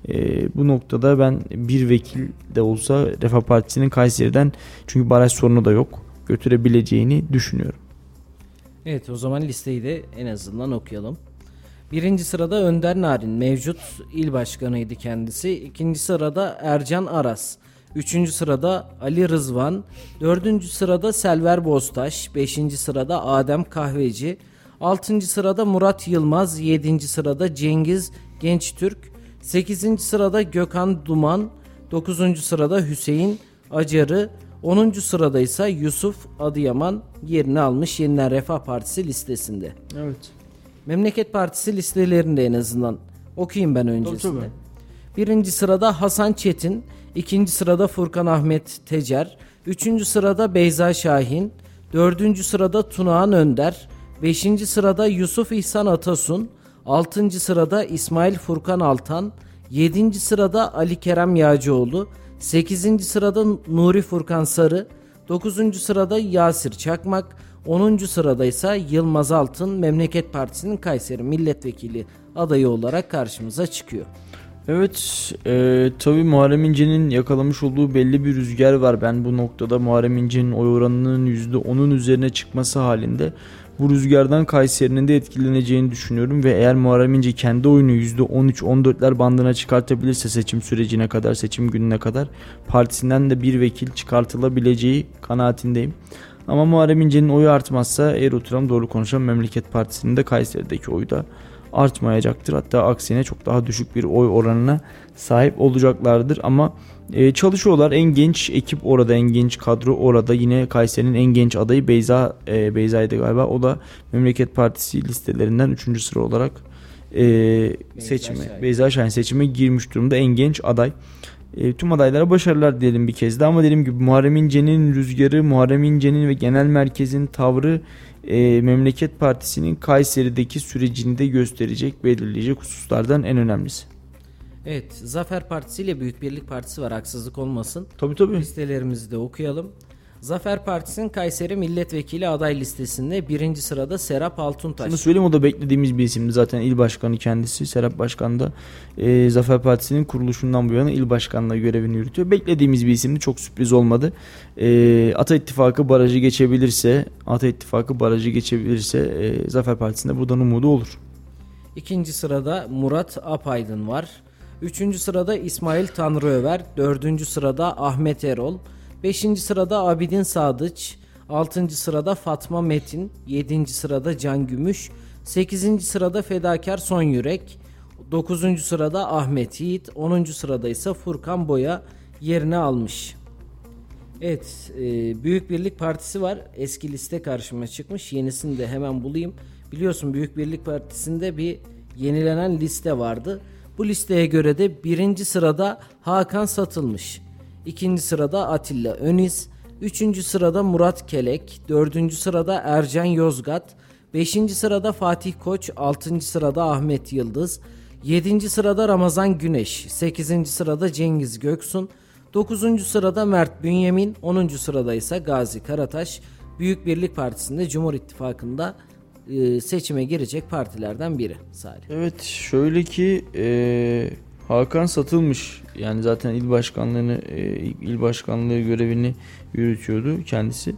Bu noktada ben bir vekil de olsa Refah Partisi'nin Kayseri'den, çünkü baraj sorunu da yok, götürebileceğini düşünüyorum. Evet, o zaman listeyi de en azından okuyalım. Birinci sırada Önder Narin, mevcut il başkanıydı kendisi. İkinci sırada Ercan Aras. Üçüncü sırada Ali Rızvan. Dördüncü sırada Selver Boztaş. Beşinci sırada Adem Kahveci. Altıncı sırada Murat Yılmaz. Yedinci sırada Cengiz Gençtürk. Sekizinci sırada Gökhan Duman. Dokuzuncu sırada Hüseyin Acarı. 10. sırada ise Yusuf Adıyaman yerini almış Yeniden Refah Partisi listesinde. Evet. Memleket Partisi listelerinde en azından okuyayım ben öncesinde. Birinci sırada Hasan Çetin, ikinci sırada Furkan Ahmet Tecer, üçüncü sırada Beyza Şahin, dördüncü sırada Tunağan Önder, beşinci sırada Yusuf İhsan Atasun, altıncı sırada İsmail Furkan Altan, yedinci sırada Ali Kerem Yağcıoğlu, 8. sırada Nuri Furkan Sarı, 9. sırada Yasir Çakmak, 10. sırada ise Yılmaz Altın Memleket Partisi'nin Kayseri milletvekili adayı olarak karşımıza çıkıyor. Evet, tabii Muharrem İnce'nin yakalamış olduğu belli bir rüzgar var. Ben bu noktada Muharrem İnce'nin oy oranının %10'un üzerine çıkması halinde bu rüzgardan Kayseri'nin de etkileneceğini düşünüyorum. Ve eğer Muharrem İnce kendi oyunu %13-14'ler bandına çıkartabilirse seçim sürecine kadar, seçim gününe kadar partisinden de bir vekil çıkartılabileceği kanaatindeyim. Ama Muharrem İnce'nin oyu artmazsa, eğer oturalım doğru konuşalım, Memleket Partisi'nin de Kayseri'deki oyu da artmayacaktır. Hatta aksine çok daha düşük bir oy oranına sahip olacaklardır. Ama çalışıyorlar. En genç ekip orada, en genç kadro orada. Yine Kayseri'nin en genç adayı Beyza'ydı galiba. O da Memleket Partisi listelerinden 3. sıra olarak Beyza Şahin seçime girmiş durumda, en genç aday. Tüm adaylara başarılar diyelim bir kez daha, ama dediğim gibi Muharrem İnce'nin rüzgarı, Muharrem İnce'nin ve genel merkezin tavrı Memleket Partisi'nin Kayseri'deki sürecini de gösterecek, belirleyecek hususlardan en önemlisi. Evet, Zafer Partisi ile Büyük Birlik Partisi var, haksızlık olmasın. Tabii. Listelerimizi de okuyalım. Zafer Partisi'nin Kayseri milletvekili aday listesinde 1. sırada Serap Altuntaş. Şunu söyleyeyim, o da beklediğimiz bir isimdi. Zaten il başkanı kendisi. Serap Başkan da Zafer Partisi'nin kuruluşundan bu yana il başkanlığı görevini yürütüyor. Beklediğimiz bir isimdi. Çok sürpriz olmadı. Ata İttifakı barajı geçebilirse Zafer Partisi'nde buradan umudu olur. 2. sırada Murat Apaydın var. 3. sırada İsmail Tanrıöver, 4. sırada Ahmet Erol, 5. sırada Abidin Sadıç, 6. sırada Fatma Metin, 7. sırada Can Gümüş, 8. sırada Fedakar Son Yürek, 9. sırada Ahmet Yiğit, 10. sırada ise Furkan Boya yerini almış. Evet, Büyük Birlik Partisi var. Eski liste karşıma çıkmış. Yenisini de hemen bulayım. Biliyorsun Büyük Birlik Partisi'nde bir yenilenen liste vardı. Bu listeye göre de 1. sırada Hakan Satılmış, 2. sırada Atilla Öniz, 3. sırada Murat Kelek, 4. sırada Ercan Yozgat, 5. sırada Fatih Koç, 6. sırada Ahmet Yıldız, 7. sırada Ramazan Güneş, 8. sırada Cengiz Göksun, 9. sırada Mert Bünyamin, 10. sırada ise Gazi Karataş. Büyük Birlik Partisi'nde Cumhur İttifakı'nda seçime girecek partilerden biri Salih. Evet, şöyle ki Hakan Satılmış, yani zaten il başkanlığı görevini yürütüyordu kendisi.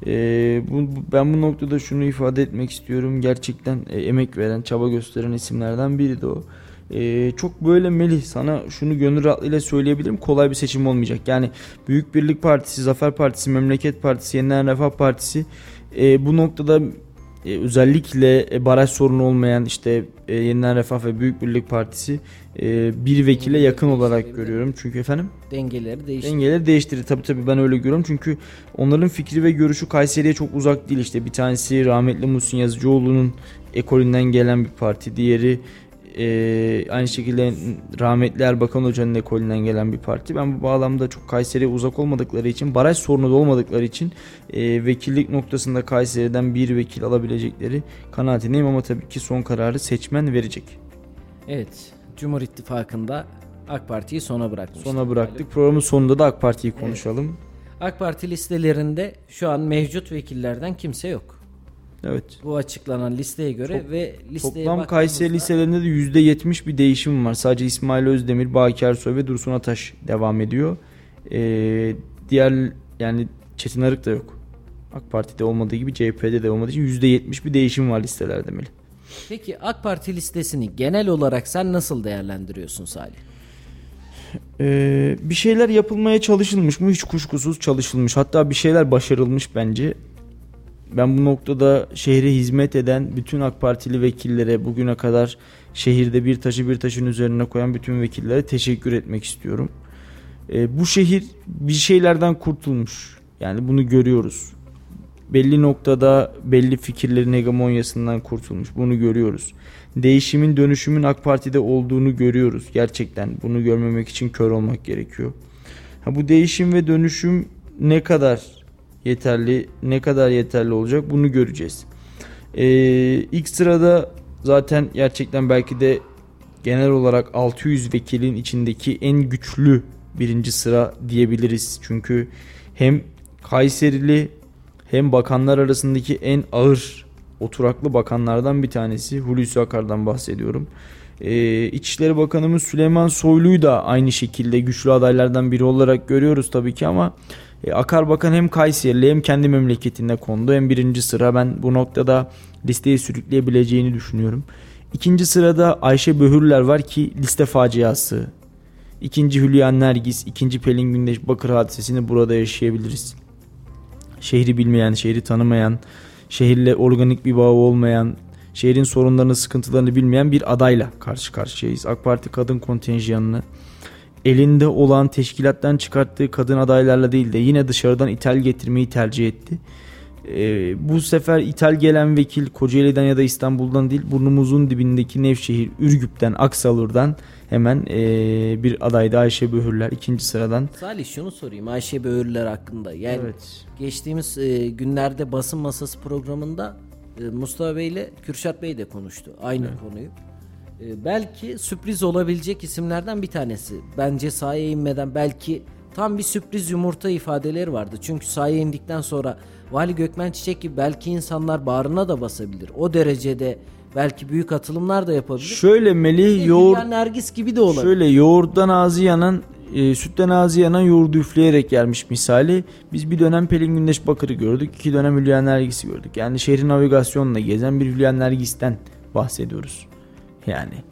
Ben bu noktada şunu ifade etmek istiyorum. Gerçekten emek veren, çaba gösteren isimlerden biri de o. Çok böyle Melih, sana şunu gönül rahatlığıyla söyleyebilirim, kolay bir seçim olmayacak. Yani Büyük Birlik Partisi, Zafer Partisi, Memleket Partisi, Yeniden Refah Partisi bu noktada özellikle baraj sorunu olmayan işte Yeniden Refah ve Büyük Birlik Partisi bir vekile yakın olarak görüyorum. Çünkü efendim dengeleri değiştirir. Tabii ben öyle görüyorum. Çünkü onların fikri ve görüşü Kayseri'ye çok uzak değil. İşte bir tanesi rahmetli Muhsin Yazıcıoğlu'nun ekolünden gelen bir parti. Diğeri aynı şekilde rahmetli Erbakan Hoca'nın ekolünden gelen bir parti. Ben bu bağlamda çok Kayseri'ye uzak olmadıkları için, baraj sorunu da olmadıkları için vekillik noktasında Kayseri'den bir vekil alabilecekleri kanaatindeyim, ama tabii ki son kararı seçmen verecek. Evet, Cumhur İttifakı'nda AK Parti'yi sona bıraktık. Programın sonunda da AK Parti'yi konuşalım. Evet. AK Parti listelerinde şu an mevcut vekillerden kimse yok. Evet. Bu açıklanan listeye göre ve listeye toplam Kayseri listelerinde de %70 bir değişim var. Sadece İsmail Özdemir, Baki Ersoy ve Dursun Ataş devam ediyor. Diğer, yani Çetin Arık da yok. AK Parti'de olmadığı gibi CHP'de de olmadığı için %70 bir değişim var listelerde Melih. Peki AK Parti listesini genel olarak sen nasıl değerlendiriyorsun Salih? Bir şeyler yapılmaya çalışılmış mı? Hiç kuşkusuz çalışılmış. Hatta bir şeyler başarılmış bence. Ben bu noktada şehre hizmet eden bütün AK Partili vekillere, bugüne kadar şehirde bir taşı bir taşın üzerine koyan bütün vekillere teşekkür etmek istiyorum. Bu şehir bir şeylerden kurtulmuş. Yani bunu görüyoruz. Belli noktada belli fikirlerin hegemonyasından kurtulmuş. Bunu görüyoruz. Değişimin, dönüşümün AK Parti'de olduğunu görüyoruz. Gerçekten bunu görmemek için kör olmak gerekiyor. Bu değişim ve dönüşüm ne kadar yeterli olacak, bunu göreceğiz. İlk sırada zaten gerçekten belki de genel olarak 600 vekilin içindeki en güçlü birinci sıra diyebiliriz. Çünkü hem Kayserili hem bakanlar arasındaki en ağır oturaklı bakanlardan bir tanesi Hulusi Akar'dan bahsediyorum. İçişleri Bakanımız Süleyman Soylu'yu da aynı şekilde güçlü adaylardan biri olarak görüyoruz tabii ki, ama Akar Bakan hem Kayserili hem kendi memleketinde kondu, hem birinci sıra. Ben bu noktada listeyi sürükleyebileceğini düşünüyorum. İkinci sırada Ayşe Böhürler var ki liste faciası. İkinci Hülya Nergis, ikinci Pelin Gündeş Bakır hadisesini burada yaşayabiliriz. Şehri bilmeyen, şehri tanımayan, şehirle organik bir bağı olmayan, şehrin sorunlarını, sıkıntılarını bilmeyen bir adayla karşı karşıyayız. AK Parti kadın kontenjanını elinde olan, teşkilattan çıkarttığı kadın adaylarla değil de yine dışarıdan ithal getirmeyi tercih etti. Bu sefer ithal gelen vekil Kocaeli'den ya da İstanbul'dan değil, burnumuzun dibindeki Nevşehir, Ürgüp'ten, Aksalur'dan hemen bir adaydı Ayşe Böhürler ikinci sıradan. Salih, şunu sorayım Ayşe Böhürler hakkında. Yani evet, geçtiğimiz günlerde basın masası programında Mustafa Bey ile Kürşat Bey de konuştu aynı konuyu. Belki sürpriz olabilecek isimlerden bir tanesi. Bence sahaya inmeden belki tam bir sürpriz yumurta ifadeleri vardı. Çünkü sahaya indikten sonra Vali Gökmen Çiçek gibi belki insanlar bağrına da basabilir. O derecede belki büyük atılımlar da yapabilir. Şöyle Melih, yoğurt Nergis gibi de olabilir. Şöyle yoğurttan ağzı yanan, sütten ağzı yanan yoğurdu üfleyerek gelmiş misali. Biz bir dönem Pelin Gündeş Bakır'ı gördük, 2 dönem Hülya Nergis'i gördük. Yani şehri navigasyonla gezen bir Hülya Nergis'ten bahsediyoruz. Yani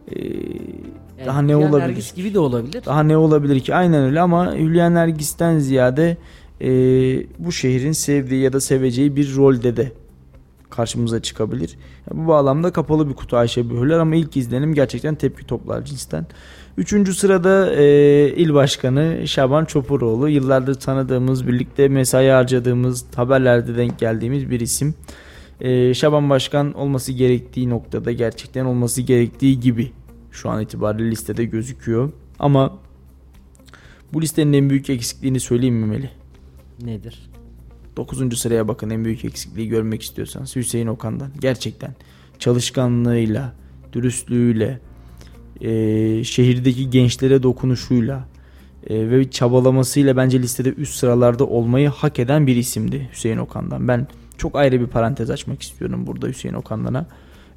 Yani daha ne Hülya olabilir? Nergis gibi de olabilir. Daha ne olabilir ki? Aynen öyle ama Hülya Nergis'ten ziyade bu şehrin sevdiği ya da seveceği bir rolde de karşımıza çıkabilir. Bu bağlamda kapalı bir kutu Ayşe Böhürler ama ilk izlenim gerçekten tepki toplar cinsten. 3. sırada İl Başkanı Şaban Çopuroğlu. Yıllardır tanıdığımız, birlikte mesai harcadığımız, haberlerde denk geldiğimiz bir isim. Şaban Başkan olması gerektiği noktada gerçekten olması gerektiği gibi şu an itibariyle listede gözüküyor. Ama bu listenin en büyük eksikliğini söyleyeyim mi Melih? Nedir? 9. sıraya bakın, en büyük eksikliği görmek istiyorsanız Hüseyin Okan'dan. Gerçekten çalışkanlığıyla, dürüstlüğüyle, şehirdeki gençlere dokunuşuyla ve çabalamasıyla bence listede üst sıralarda olmayı hak eden bir isimdi Hüseyin Okan'dan. Ben çok ayrı bir parantez açmak istiyorum burada Hüseyin Okan'dan.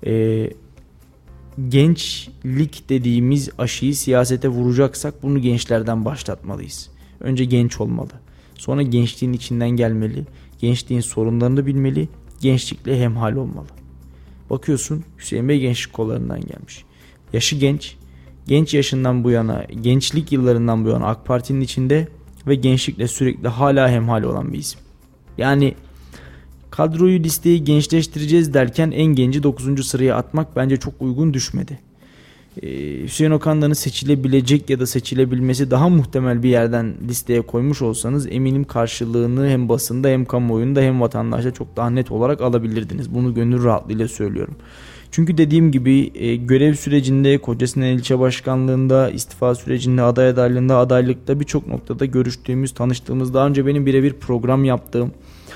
Gençlik dediğimiz aşıyı siyasete vuracaksak bunu gençlerden başlatmalıyız. Önce genç olmalı. Sonra gençliğin içinden gelmeli. Gençliğin sorunlarını bilmeli. Gençlikle hemhal olmalı. Bakıyorsun Hüseyin Bey gençlik kollarından gelmiş. Yaşı genç. Genç yaşından bu yana, gençlik yıllarından bu yana AK Parti'nin içinde ve gençlikle sürekli hala hemhal olan bir isim. Yani kadroyu, listeyi gençleştireceğiz derken en genci 9. sıraya atmak bence çok uygun düşmedi. Hüseyin Okan'dan'ı seçilebilecek ya da seçilebilmesi daha muhtemel bir yerden listeye koymuş olsanız eminim karşılığını hem basında hem kamuoyunda hem vatandaşta çok daha net olarak alabilirdiniz. Bunu gönül rahatlığıyla söylüyorum. Çünkü dediğim gibi görev sürecinde, Kocasinan ilçe başkanlığında, istifa sürecinde, aday adaylığında, adaylıkta birçok noktada görüştüğümüz, tanıştığımız, daha önce benim birebir program yaptığım,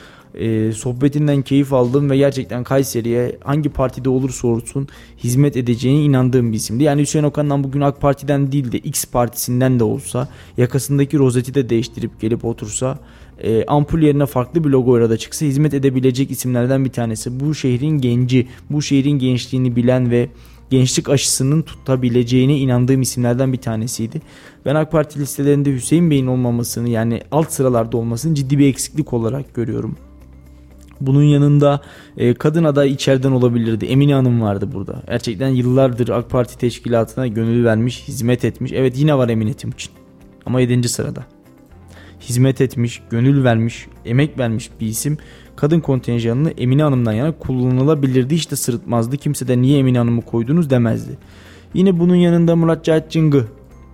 sohbetinden keyif aldığım ve gerçekten Kayseri'ye hangi partide olursa olsun hizmet edeceğine inandığım bir isimdi. Yani Hüseyin Okan'dan bugün AK Parti'den değil de X partisinden de olsa, yakasındaki rozeti de değiştirip gelip otursa, ampul yerine farklı bir logoyla da çıksa hizmet edebilecek isimlerden bir tanesi. Bu şehrin genci, bu şehrin gençliğini bilen ve gençlik aşısının tutabileceğine inandığım isimlerden bir tanesiydi. Ben AK Parti listelerinde Hüseyin Bey'in olmamasını, yani alt sıralarda olmasını ciddi bir eksiklik olarak görüyorum. Bunun yanında kadın aday içeriden olabilirdi. Emine Hanım vardı burada. Gerçekten yıllardır AK Parti teşkilatına gönül vermiş, hizmet etmiş. Evet, yine var Emine Timuçin. Ama 7. sırada. Hizmet etmiş, gönül vermiş, emek vermiş bir isim. Kadın kontenjanını Emine Hanım'dan yana kullanılabilirdi. Hiç de sırıtmazdı. Kimse de niye Emine Hanım'ı koydunuz demezdi. Yine bunun yanında Murat Cahit Cıngı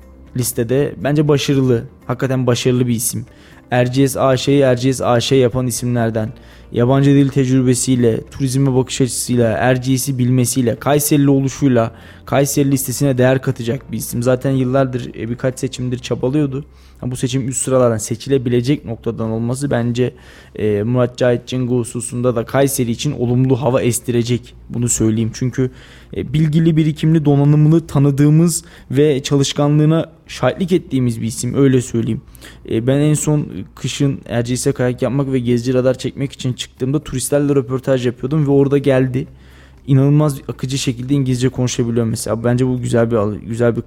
listede bence başarılı. Hakikaten başarılı bir isim. Erciyes AŞ'yi Erciyes AŞ yapan isimlerden. Yabancı dil tecrübesiyle, turizme bakış açısıyla, Erciyes'i bilmesiyle, Kayserili oluşuyla Kayseri listesine değer katacak bir isim. Zaten yıllardır birkaç seçimdir çabalıyordu. Bu seçim üst sıralardan seçilebilecek noktadan olması bence Murat Cahit Cıngı hususunda da Kayseri için olumlu hava estirecek. Bunu söyleyeyim. Çünkü bilgili, birikimli, donanımlı, tanıdığımız ve çalışkanlığına şahitlik ettiğimiz bir isim, öyle söyleyeyim. Ben en son kışın Erciyes'e kayak yapmak ve gezici radar çekmek için çıktığımda turistlerle röportaj yapıyordum ve orada geldi. İnanılmaz akıcı şekilde İngilizce konuşabiliyor mesela. Bence bu güzel bir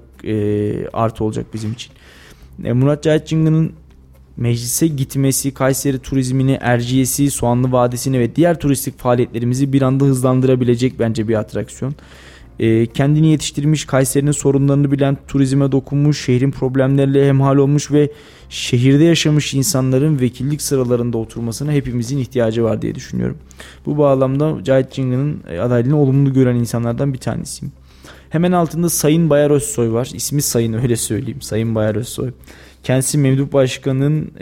artı olacak bizim için. Murat Cahit Cıngı'nın meclise gitmesi Kayseri turizmini, Erciyes'i, Soğanlı Vadisi'ni ve diğer turistik faaliyetlerimizi bir anda hızlandırabilecek bence bir atraksiyon. Kendini yetiştirmiş, Kayseri'nin sorunlarını bilen, turizme dokunmuş, şehrin problemleriyle hemhal olmuş ve şehirde yaşamış insanların vekillik sıralarında oturmasına hepimizin ihtiyacı var diye düşünüyorum. Bu bağlamda Cahit Cıngı'nın adaylığını olumlu gören insanlardan bir tanesiyim. Hemen altında Sayın Bayar Özsoy var. İsmi Sayın, öyle söyleyeyim. Sayın Bayar Özsoy. Kendisi Memduh Başkan'ın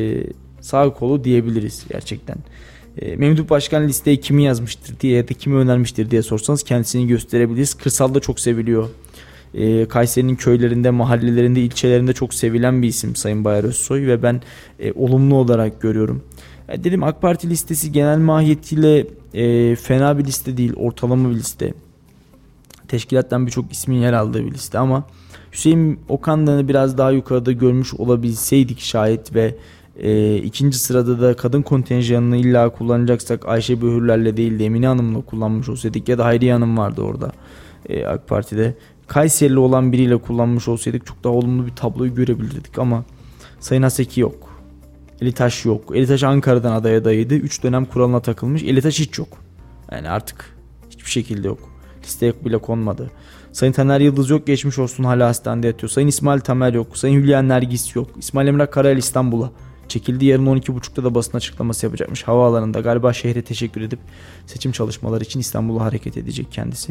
sağ kolu diyebiliriz gerçekten. Memduh Başkan listeye kimi yazmıştır diye ya da kimi önermiştir diye sorsanız kendisini gösterebiliriz. Kırsalda çok seviliyor. Kayseri'nin köylerinde, mahallelerinde, ilçelerinde çok sevilen bir isim Sayın Bayar Özsoy ve ben olumlu olarak görüyorum. Dedim AK Parti listesi genel mahiyetiyle fena bir liste değil, ortalama bir liste. Teşkilattan birçok ismin yer aldığı bir liste ama Hüseyin Okan'dan biraz daha yukarıda görmüş olabilseydik şayet ve ikinci sırada da kadın kontenjanını illa kullanacaksak Ayşe Böhürler'le değil de Emine Hanım'la kullanmış olsaydık ya da Hayriye Hanım vardı orada AK Parti'de. Kayserili olan biriyle kullanmış olsaydık çok daha olumlu bir tabloyu görebilirdik ama Sayın Haseki yok. Elitaş yok. Elitaş Ankara'dan aday adayıydı. 3 dönem kuralına takılmış. Elitaş hiç yok. Yani artık hiçbir şekilde yok. Listeye bile konmadı. Sayın Taner Yıldız yok, geçmiş olsun, hala hastanede yatıyor. Sayın İsmail Tamer yok. Sayın Hülya Nergis yok. İsmail Emrah Karayel İstanbul'a çekildi. Yarın 12.30'da da basın açıklaması yapacakmış. Havaalanında galiba şehre teşekkür edip seçim çalışmaları için İstanbul'a hareket edecek kendisi.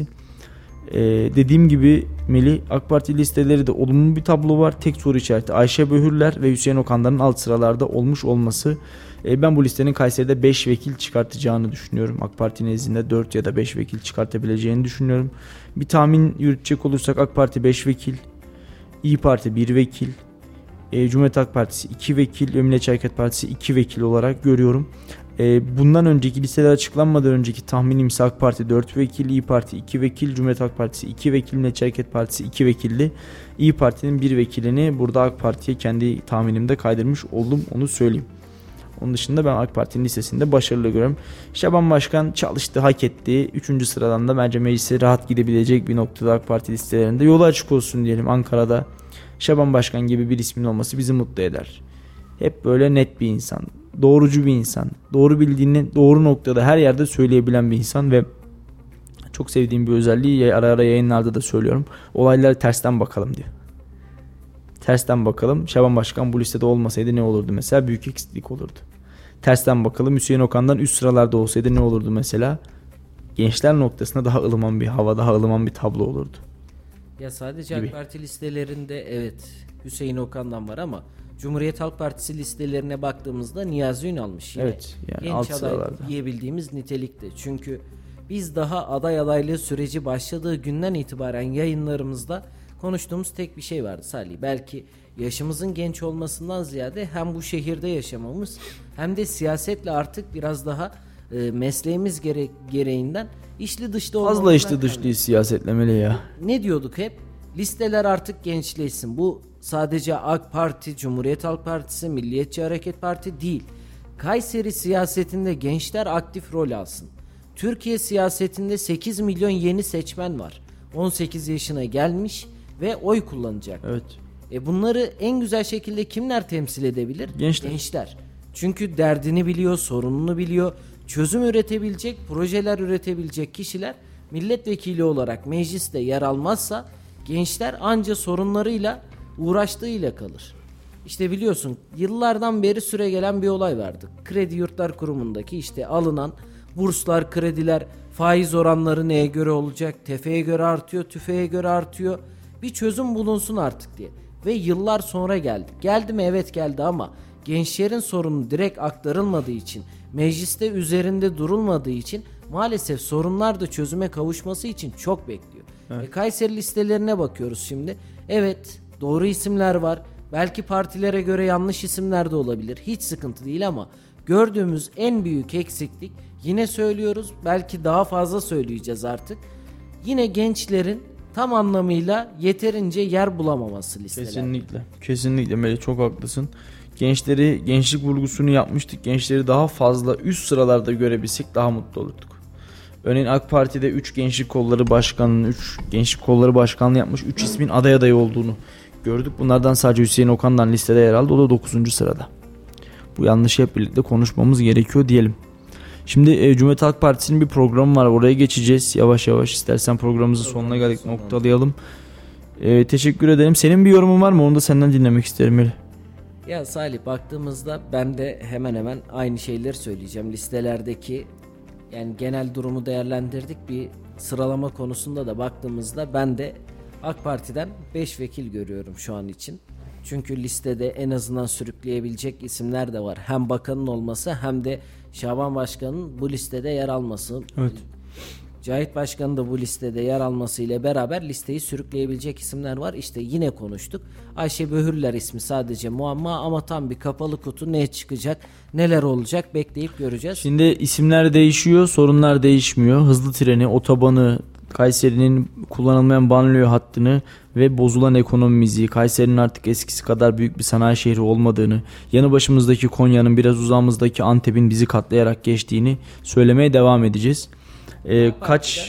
Dediğim gibi Melih, AK Parti listeleri de olumlu bir tablo var. Tek soru işareti Ayşe Böhürler ve Hüseyin Okan'ların alt sıralarda olmuş olması. Ben bu listenin Kayseri'de 5 vekil çıkartacağını düşünüyorum. AK Parti nezdinde 4 ya da 5 vekil çıkartabileceğini düşünüyorum. Bir tahmin yürütecek olursak AK Parti 5 vekil, İYİ Parti 1 vekil, Cumhuriyet Halk Partisi 2 vekil ve Milliyetçi Hareket Partisi 2 vekil olarak görüyorum. Bundan önceki listeler açıklanmadan önceki tahminimse AK Parti 4 vekil, İYİ Parti 2 vekil, Cumhuriyet Halk Partisi 2 vekil, Milliyetçi Hareket Partisi 2 vekildi. İYİ Parti'nin 1 vekilini burada AK Parti'ye kendi tahminimde kaydırmış oldum, onu söyleyeyim. Onun dışında ben AK Parti'nin listesinde başarılı görüyorum. Şaban Başkan çalıştı, hak etti. 3. sıradan da bence meclise rahat gidebilecek bir noktada AK Parti listelerinde. Yolu açık olsun diyelim. Ankara'da Şaban Başkan gibi bir ismin olması bizi mutlu eder. Hep böyle net bir insan. Doğrucu bir insan. Doğru bildiğini doğru noktada her yerde söyleyebilen bir insan ve çok sevdiğim bir özelliği, ara ara yayınlarda da söylüyorum. Olaylara tersten bakalım diyor. Tersten bakalım. Şaban Başkan bu listede olmasaydı ne olurdu mesela? Büyük eksiklik olurdu. Tersten bakalım. Hüseyin Okan'dan üst sıralarda olsaydı ne olurdu mesela? Gençler noktasında daha ılıman bir hava, daha ılıman bir tablo olurdu. Ya sadece gibi. AK Parti listelerinde evet Hüseyin Okan'dan var ama Cumhuriyet Halk Partisi listelerine baktığımızda Niyazi Ünal'mış yine. Evet, yani genç alt aday sıralarda diyebildiğimiz nitelikte. Çünkü biz daha aday adaylığı süreci başladığı günden itibaren yayınlarımızda konuştuğumuz tek bir şey vardı Salih. Belki yaşımızın genç olmasından ziyade hem bu şehirde yaşamamız hem de siyasetle artık biraz daha mesleğimiz gereğinden içli dışlı olmamızdan fazla içli dışlıyız siyasetlemeli ya. Ne diyorduk hep? Listeler artık gençleşsin. Bu sadece AK Parti, Cumhuriyet Halk Partisi, Milliyetçi Hareket Parti değil. Kayseri siyasetinde gençler aktif rol alsın. Türkiye siyasetinde 8 milyon yeni seçmen var. 18 yaşına gelmiş ve oy kullanacak. Evet. Bunları en güzel şekilde kimler temsil edebilir? Gençler. Çünkü derdini biliyor, sorununu biliyor. Çözüm üretebilecek, projeler üretebilecek kişiler milletvekili olarak mecliste yer almazsa gençler anca sorunlarıyla uğraştığıyla kalır. İşte biliyorsun yıllardan beri süregelen bir olay vardı. Kredi Yurtlar Kurumu'ndaki işte alınan burslar, krediler, faiz oranları neye göre olacak? Tefeye göre artıyor, tüfeğe göre artıyor. Bir çözüm bulunsun artık diye. Ve yıllar sonra geldi. Geldi mi? Evet geldi ama gençlerin sorunu direkt aktarılmadığı için, mecliste üzerinde durulmadığı için maalesef sorunlar da çözüme kavuşması için çok bekliyor. Evet. Kayseri listelerine bakıyoruz şimdi. Evet, doğru isimler var. Belki partilere göre yanlış isimler de olabilir. Hiç sıkıntı değil ama gördüğümüz en büyük eksiklik, yine söylüyoruz, belki daha fazla söyleyeceğiz artık. Yine gençlerin tam anlamıyla yeterince yer bulamaması listelerde. Kesinlikle Melih, çok haklısın. Gençlik vurgusunu yapmıştık. Gençleri daha fazla üst sıralarda görebilsek daha mutlu olurduk. Örneğin AK Parti'de 3 gençlik kolları başkanlığı yapmış 3 ismin aday adayı olduğunu gördük. Bunlardan sadece Hüseyin Okan'dan listede yer aldı. O da 9. sırada. Bu yanlışı hep birlikte konuşmamız gerekiyor diyelim. Şimdi Cumhuriyet Halk Partisi'nin bir programı var. Oraya geçeceğiz yavaş yavaş. İstersen programımızın sonuna geldik, noktalayalım. Teşekkür ederim. Senin bir yorumun var mı? Onu da senden dinlemek isterim Melih. Ya Salih, baktığımızda ben de hemen hemen aynı şeyleri söyleyeceğim. Listelerdeki yani genel durumu değerlendirdik. Bir sıralama konusunda da baktığımızda ben de AK Parti'den 5 vekil görüyorum şu an için. Çünkü listede en azından sürükleyebilecek isimler de var. Hem bakanın olması hem de Şaban Başkan'ın bu listede yer alması. Evet. Cahit Başkan'ın da bu listede yer alması ile beraber listeyi sürükleyebilecek isimler var. İşte yine konuştuk. Ayşe Böhürler ismi sadece muamma ama tam bir kapalı kutu. Ne çıkacak, neler olacak bekleyip göreceğiz. Şimdi isimler değişiyor, sorunlar değişmiyor. Hızlı treni, otobanı, Kayseri'nin kullanılmayan banliyö hattını ve bozulan ekonomimizi, Kayseri'nin artık eskisi kadar büyük bir sanayi şehri olmadığını, yanı başımızdaki Konya'nın, biraz uzağımızdaki Antep'in bizi katlayarak geçtiğini söylemeye devam edeceğiz.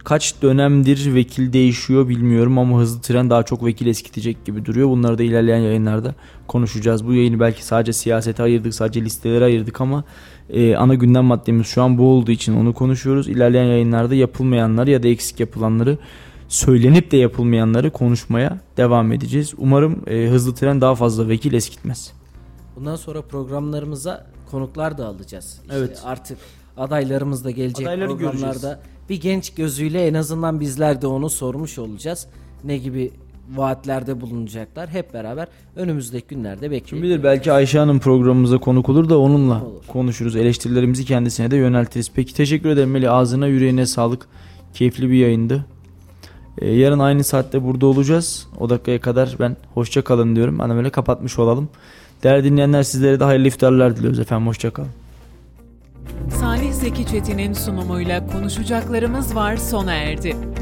Kaç dönemdir vekil değişiyor bilmiyorum ama hızlı tren daha çok vekil eskitecek gibi duruyor. Bunları da ilerleyen yayınlarda konuşacağız. Bu yayını belki sadece siyasete ayırdık, sadece listelere ayırdık ama ana gündem maddemiz şu an bu olduğu için onu konuşuyoruz. İlerleyen yayınlarda yapılmayanları ya da eksik yapılanları, söylenip de yapılmayanları konuşmaya devam edeceğiz. Umarım hızlı tren daha fazla vekil eskitmez. Bundan sonra programlarımıza konuklar da alacağız. İşte evet. Artık adaylarımız da gelecek Adayları programlarda. göreceğiz. Bir genç gözüyle en azından bizler de onu sormuş olacağız. Ne gibi vaatlerde bulunacaklar, hep beraber önümüzdeki günlerde bekleyelim. Kim bilir, belki Ayşe Hanım programımıza konuk olur da onunla Olur. konuşuruz. Eleştirilerimizi kendisine de yöneltiriz. Peki, teşekkür ederim Melih. Ağzına yüreğine sağlık. Keyifli bir yayındı. Yarın aynı saatte burada olacağız. O dakikaya kadar ben hoşça kalın diyorum. Hani böyle kapatmış olalım. Değerli dinleyenler, sizlere de hayırlı iftarlar diliyoruz efendim. Hoşça kalın. Salih Zeki Çetin'in sunumuyla konuşacaklarımız var sona erdi.